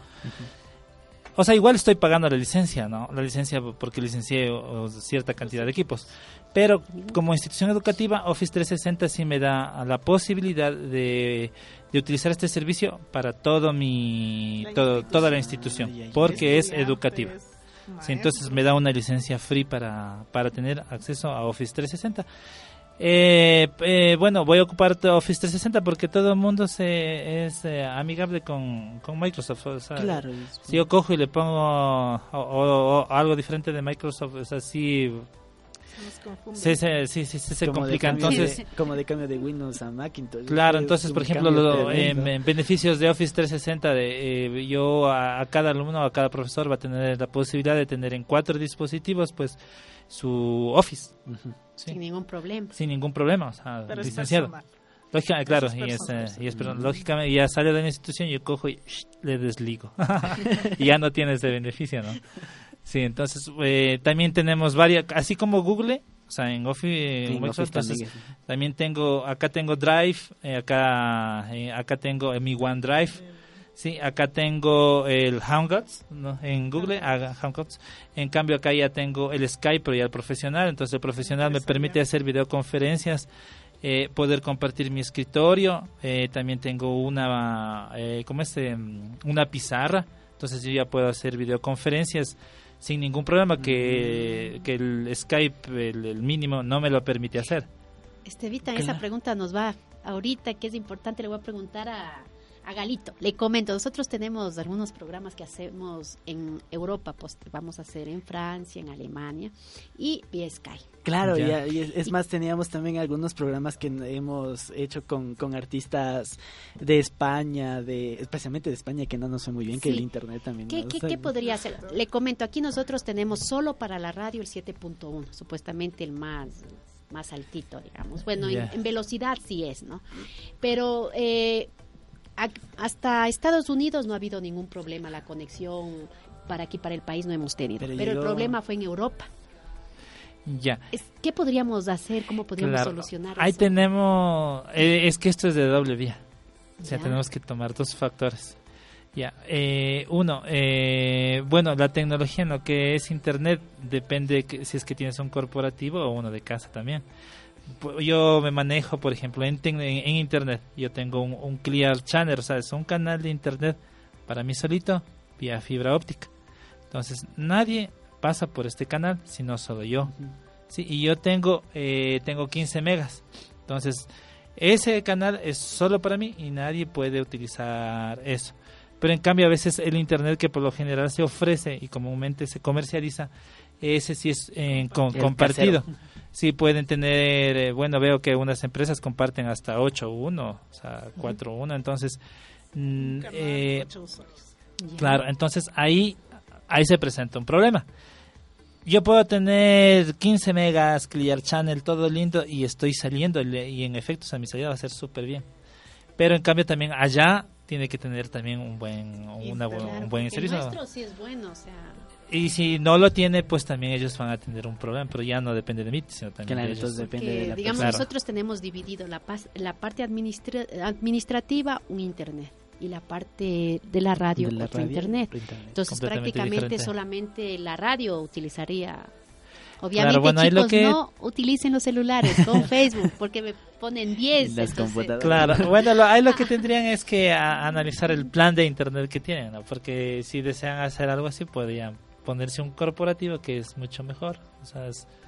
O sea, igual estoy pagando la licencia, ¿no? La licencia porque licencié cierta cantidad de equipos. Pero como institución educativa, Office 360 sí me da la posibilidad de utilizar este servicio para toda la institución, porque es educativa. Sí, entonces me da una licencia free para tener acceso a Office 360. Bueno, voy a ocupar Office 360 porque todo el mundo es amigable con Microsoft. O sea, Claro. si yo cojo y le pongo o algo diferente de Microsoft, o sea, sí se Como complica. de cambio Entonces, como de cambio de Windows a Macintosh. claro, Es entonces, por un ejemplo, cambio tremendo. en beneficios de Office 360, yo a cada alumno, a cada profesor va a tener la posibilidad de tener en 4 dispositivos, pues, su Office. Ujú. Sí, Sin ningún problema. sin ningún problema, o sea, Pero es licenciado. personal. Lógicamente, claro, Eso es personal. pero lógicamente ya sale de la institución, yo cojo y le desligo. Y ya no tiene ese beneficio, ¿no? Sí, entonces también tenemos varias, así como Google, o sea, en Office, Sí, en Microsoft, Office también entonces, también acá tengo Drive, acá tengo mi OneDrive, sí, acá tengo el Hangouts, ¿no? En Google, Hangouts. En cambio acá ya tengo el Skype, pero ya el profesional, entonces el profesional me permite hacer videoconferencias, poder compartir mi escritorio, también tengo una pizarra, entonces yo ya puedo hacer videoconferencias sin ningún problema que el Skype, el mínimo, no me lo permite hacer. Estevita, Claro. esa pregunta nos va ahorita, que es importante, le voy a preguntar a Galito. Le comento, nosotros tenemos algunos programas que hacemos en Europa, pues vamos a hacer en Francia, en Alemania y vía Sky. Claro, Ya. y es más, teníamos también algunos programas que hemos hecho con artistas de España, especialmente de España, que no nos fue muy bien, que Sí. el internet también. ¿Qué, ¿no? qué, O sea, qué podría ser? Le comento, aquí nosotros tenemos solo para la radio el 7.1, supuestamente el más altito, digamos. Bueno, Ya. en velocidad sí es, ¿no? Pero hasta Estados Unidos no ha habido ningún problema, la conexión para aquí, para el país, no hemos tenido. Pero Pero el llegó- problema fue en Europa. Ya. ¿Qué podríamos hacer? ¿Cómo podríamos Claro. solucionar Ahí eso? tenemos, es que esto es de doble vía, o sea, Ya. tenemos que tomar 2 factores. Ya, bueno, la tecnología en lo que es internet depende si es que tienes un corporativo o uno de casa también. Yo me manejo, por ejemplo, en internet. Yo tengo un Clear Channel, o sea, es un canal de internet para mí solito vía fibra óptica. Entonces, nadie pasa por este canal, sino solo yo. Sí, y yo tengo 15 megas. Entonces, ese canal es solo para mí y nadie puede utilizar eso. Pero en cambio a veces el internet que por lo general se ofrece y comúnmente se comercializa, ese sí es compartido. Casero. Sí pueden tener, veo que unas empresas comparten hasta 8.1, o sea, 4.1, entonces claro, entonces ahí se presenta un problema. Yo puedo tener 15 megas, Clear Channel, todo lindo, y estoy saliendo, y en efecto, o sea, mi salida va a ser súper bien. Pero en cambio también allá tiene que tener también un buen servicio. El nuestro sí es bueno, o sea... Y si no lo tiene, pues también ellos van a tener un problema, pero ya no depende de mí, sino también de ellos. Entonces depende de la digamos, nosotros tenemos dividido la parte administrativa, un internet, y la parte de la radio, otro internet. Entonces prácticamente diferente. Solamente la radio utilizaría... Obviamente, chicos, no utilicen los celulares con Facebook, porque me ponen 10. Las computadoras. Claro, ahí lo que tendrían es que analizar el plan de internet que tienen, ¿no? Porque si desean hacer algo así, podrían ponerse un corporativo que es mucho mejor. O sea,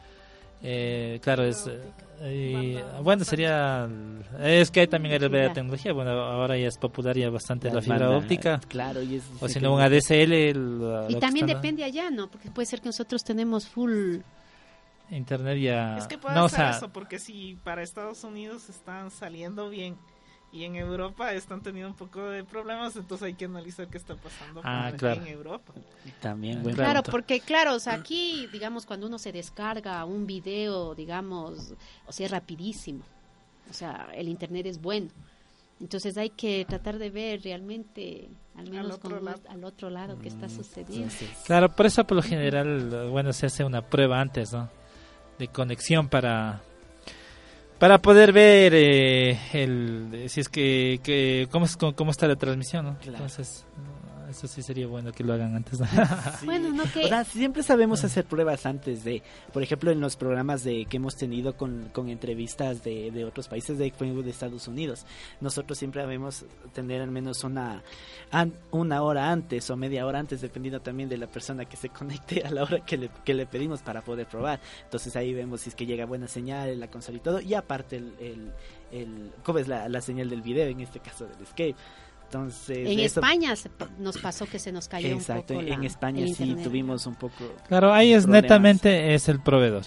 sería... Es que hay también el de la tecnología. Bueno, ahora ya es popular ya bastante la fibra óptica. Claro. O si no, un ADSL. Y también depende allá, ¿no? Porque puede ser que nosotros tenemos full... Internet ya... Es que puede ser eso, porque si para Estados Unidos están saliendo bien y en Europa están teniendo un poco de problemas, entonces hay que analizar qué está pasando en Europa. También, claro, porque o sea, aquí, digamos, cuando uno se descarga un video, digamos, o sea, es rapidísimo. O sea, el internet es bueno. Entonces hay que tratar de ver realmente, al menos al otro lado, qué está sucediendo. Claro, por eso por lo general, se hace una prueba antes, ¿no? De conexión para poder ver si es que cómo está la transmisión, ¿no? Claro. Entonces eso sí sería bueno que lo hagan antes. Sí. O sea, siempre sabemos hacer pruebas antes de, por ejemplo, en los programas que hemos tenido con entrevistas de otros países, de Estados Unidos, nosotros siempre debemos tener al menos una hora antes o media hora antes, dependiendo también de la persona que se conecte a la hora que le pedimos para poder probar. Entonces ahí vemos si es que llega buena señal en la consola y todo, y aparte cómo es la señal del video, en este caso del Escape. Entonces, en España nos pasó que se nos cayó un poco en España sí internet. Tuvimos un poco. Claro, ahí es problemas. Netamente es el proveedor,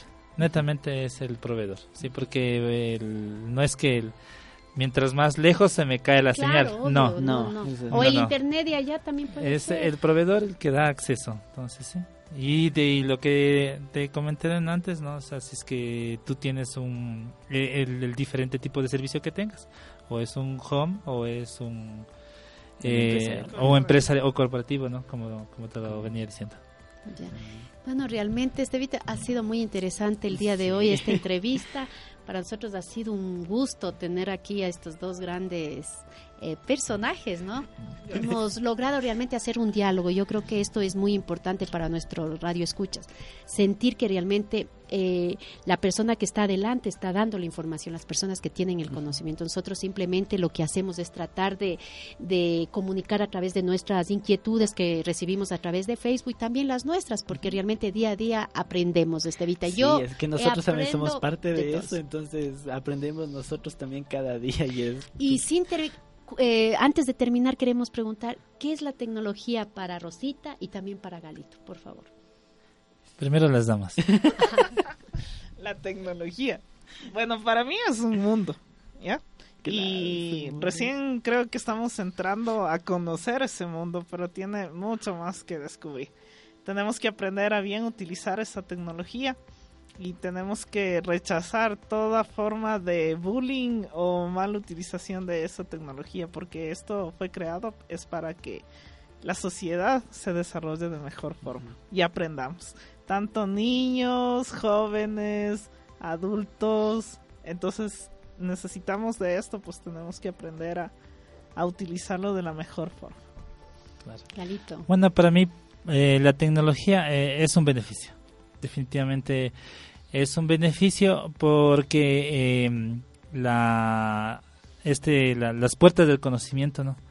sí, porque no es que mientras más lejos se me cae la señal, obvio, no. O el internet de allá también puede ser. Es el proveedor el que da acceso, entonces sí. Y de lo que te comenté antes, ¿no? O sea, si es que tú tienes el diferente tipo de servicio que tengas, o es un home o es un empresa o corporativo, ¿no? Como te lo venía diciendo. Ya. Bueno, realmente ha sido muy interesante el día de hoy esta entrevista. Para nosotros ha sido un gusto tener aquí a estos dos grandes personajes, ¿no? Hemos logrado realmente hacer un diálogo. Yo creo que esto es muy importante para nuestro radio escuchas. Sentir que realmente la persona que está adelante está dando la información, las personas que tienen el conocimiento. Nosotros simplemente lo que hacemos es tratar de comunicar a través de nuestras inquietudes que recibimos a través de Facebook y también las nuestras, porque realmente día a día aprendemos de esta vida. Sí, es que nosotros también somos parte de eso, entonces aprendemos nosotros también cada día. Antes de terminar queremos preguntar, ¿qué es la tecnología para Rosita y también para Galito, por favor? Primero las damas. La tecnología. Bueno, para mí es un mundo, ¿ya? Y recién creo que estamos entrando a conocer ese mundo, pero tiene mucho más que descubrir. Tenemos que aprender a bien utilizar esa tecnología y tenemos que rechazar toda forma de bullying o mala utilización de esa tecnología, porque esto fue creado es para que la sociedad se desarrolle de mejor forma y aprendamos. Tanto niños, jóvenes, adultos, entonces necesitamos de esto, pues tenemos que aprender a utilizarlo de la mejor forma. Claro. Galito. Bueno, para mí la tecnología es un beneficio. Definitivamente es un beneficio porque las puertas del conocimiento, ¿no?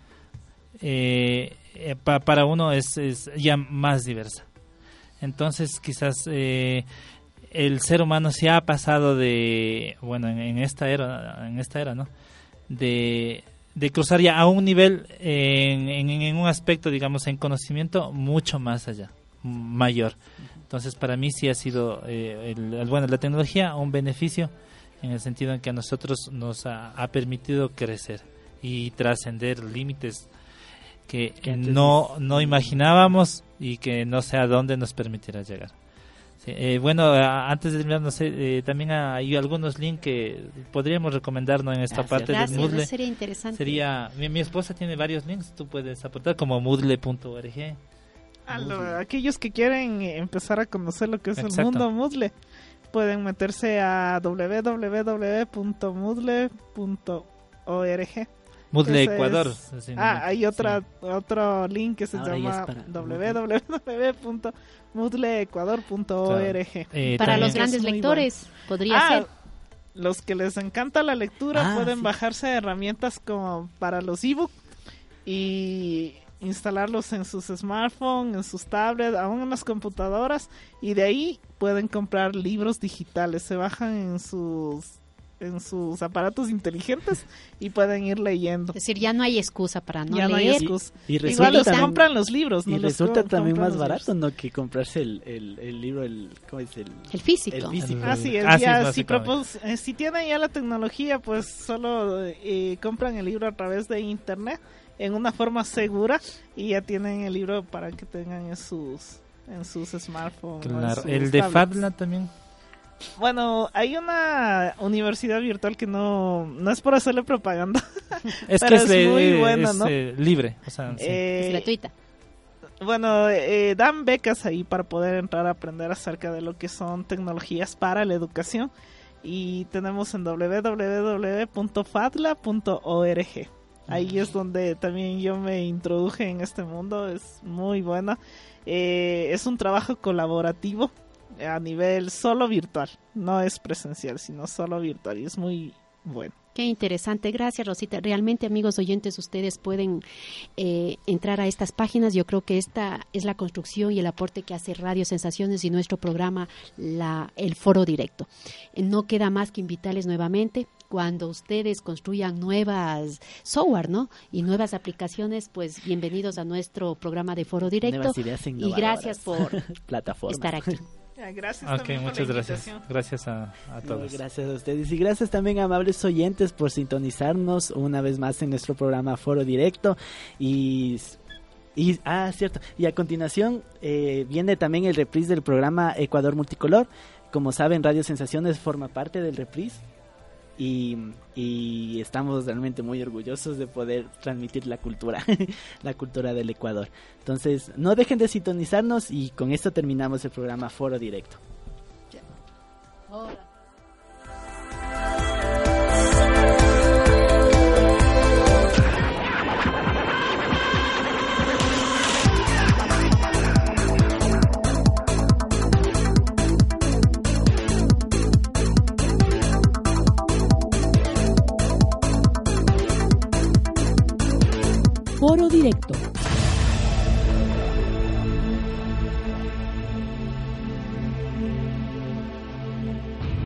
Para uno es ya más diversa. Entonces quizás el ser humano se ha pasado de, bueno, en esta era, ¿no? De cruzar ya a un nivel en un aspecto, digamos, en conocimiento mucho más allá, mayor. Entonces para mí sí ha sido la tecnología un beneficio en el sentido en que a nosotros nos ha permitido crecer y trascender límites que no imaginábamos y que no sé a dónde nos permitirá llegar. Sí, antes de terminar, no sé, también hay algunos links que podríamos recomendarnos en esta parte del Moodle. Sería interesante. Sería, mi esposa tiene varios links, tú puedes aportar como moodle.org. Aquellos que quieren empezar a conocer lo que es Exacto. el mundo Moodle, pueden meterse a www.moodle.org. Moodle Ecuador. Hay otro link que se Ahora llama www.moodleecuador.org. Para los grandes lectores, podría ser. Los que les encanta la lectura pueden bajarse herramientas como para los ebooks y instalarlos en sus smartphones, en sus tablets, aún en las computadoras, y de ahí pueden comprar libros digitales. Se bajan en sus aparatos inteligentes y pueden ir leyendo. Es decir, ya no hay excusa para no leer. No hay excusa. Y igual los compran los libros. Y resulta también más barato, ¿no? Que comprarse el libro, ¿cómo es? El físico. El físico. Si tienen ya la tecnología, pues solo compran el libro a través de internet en una forma segura y ya tienen el libro para que tengan en sus smartphones. Claro, el de FADLA también. Bueno, hay una universidad virtual que no es por hacerle propaganda. Es pero que es muy buena, ¿no? Libre, o sea, sí. Es gratuita. Bueno, dan becas ahí para poder entrar a aprender acerca de lo que son tecnologías para la educación. Y tenemos en www.fadla.org. Ahí es donde también yo me introduje en este mundo. Es muy buena. Es un trabajo colaborativo a nivel solo virtual. No es presencial, sino solo virtual. Y es muy bueno. Qué interesante. Gracias, Rosita. Realmente, amigos oyentes, ustedes pueden entrar a estas páginas. Yo creo que esta es la construcción y el aporte que hace Radio Sensaciones y nuestro programa, el Foro Directo. No queda más que invitarles nuevamente. Cuando ustedes construyan nuevas software, ¿no? Y nuevas aplicaciones, pues bienvenidos a nuestro programa de Foro Directo. Nuevas ideas innovadoras. Y gracias por estar aquí. Gracias. Okay, muchas gracias. Gracias a todos. Gracias a ustedes y gracias también a amables oyentes por sintonizarnos una vez más en nuestro programa Foro Directo. Cierto. Y a continuación viene también el reprise del programa Ecuador Multicolor. Como saben, Radio Sensaciones forma parte del reprise. Y estamos realmente muy orgullosos de poder transmitir la cultura del Ecuador. Entonces, no dejen de sintonizarnos y con esto terminamos el programa Foro Directo. Foro Directo.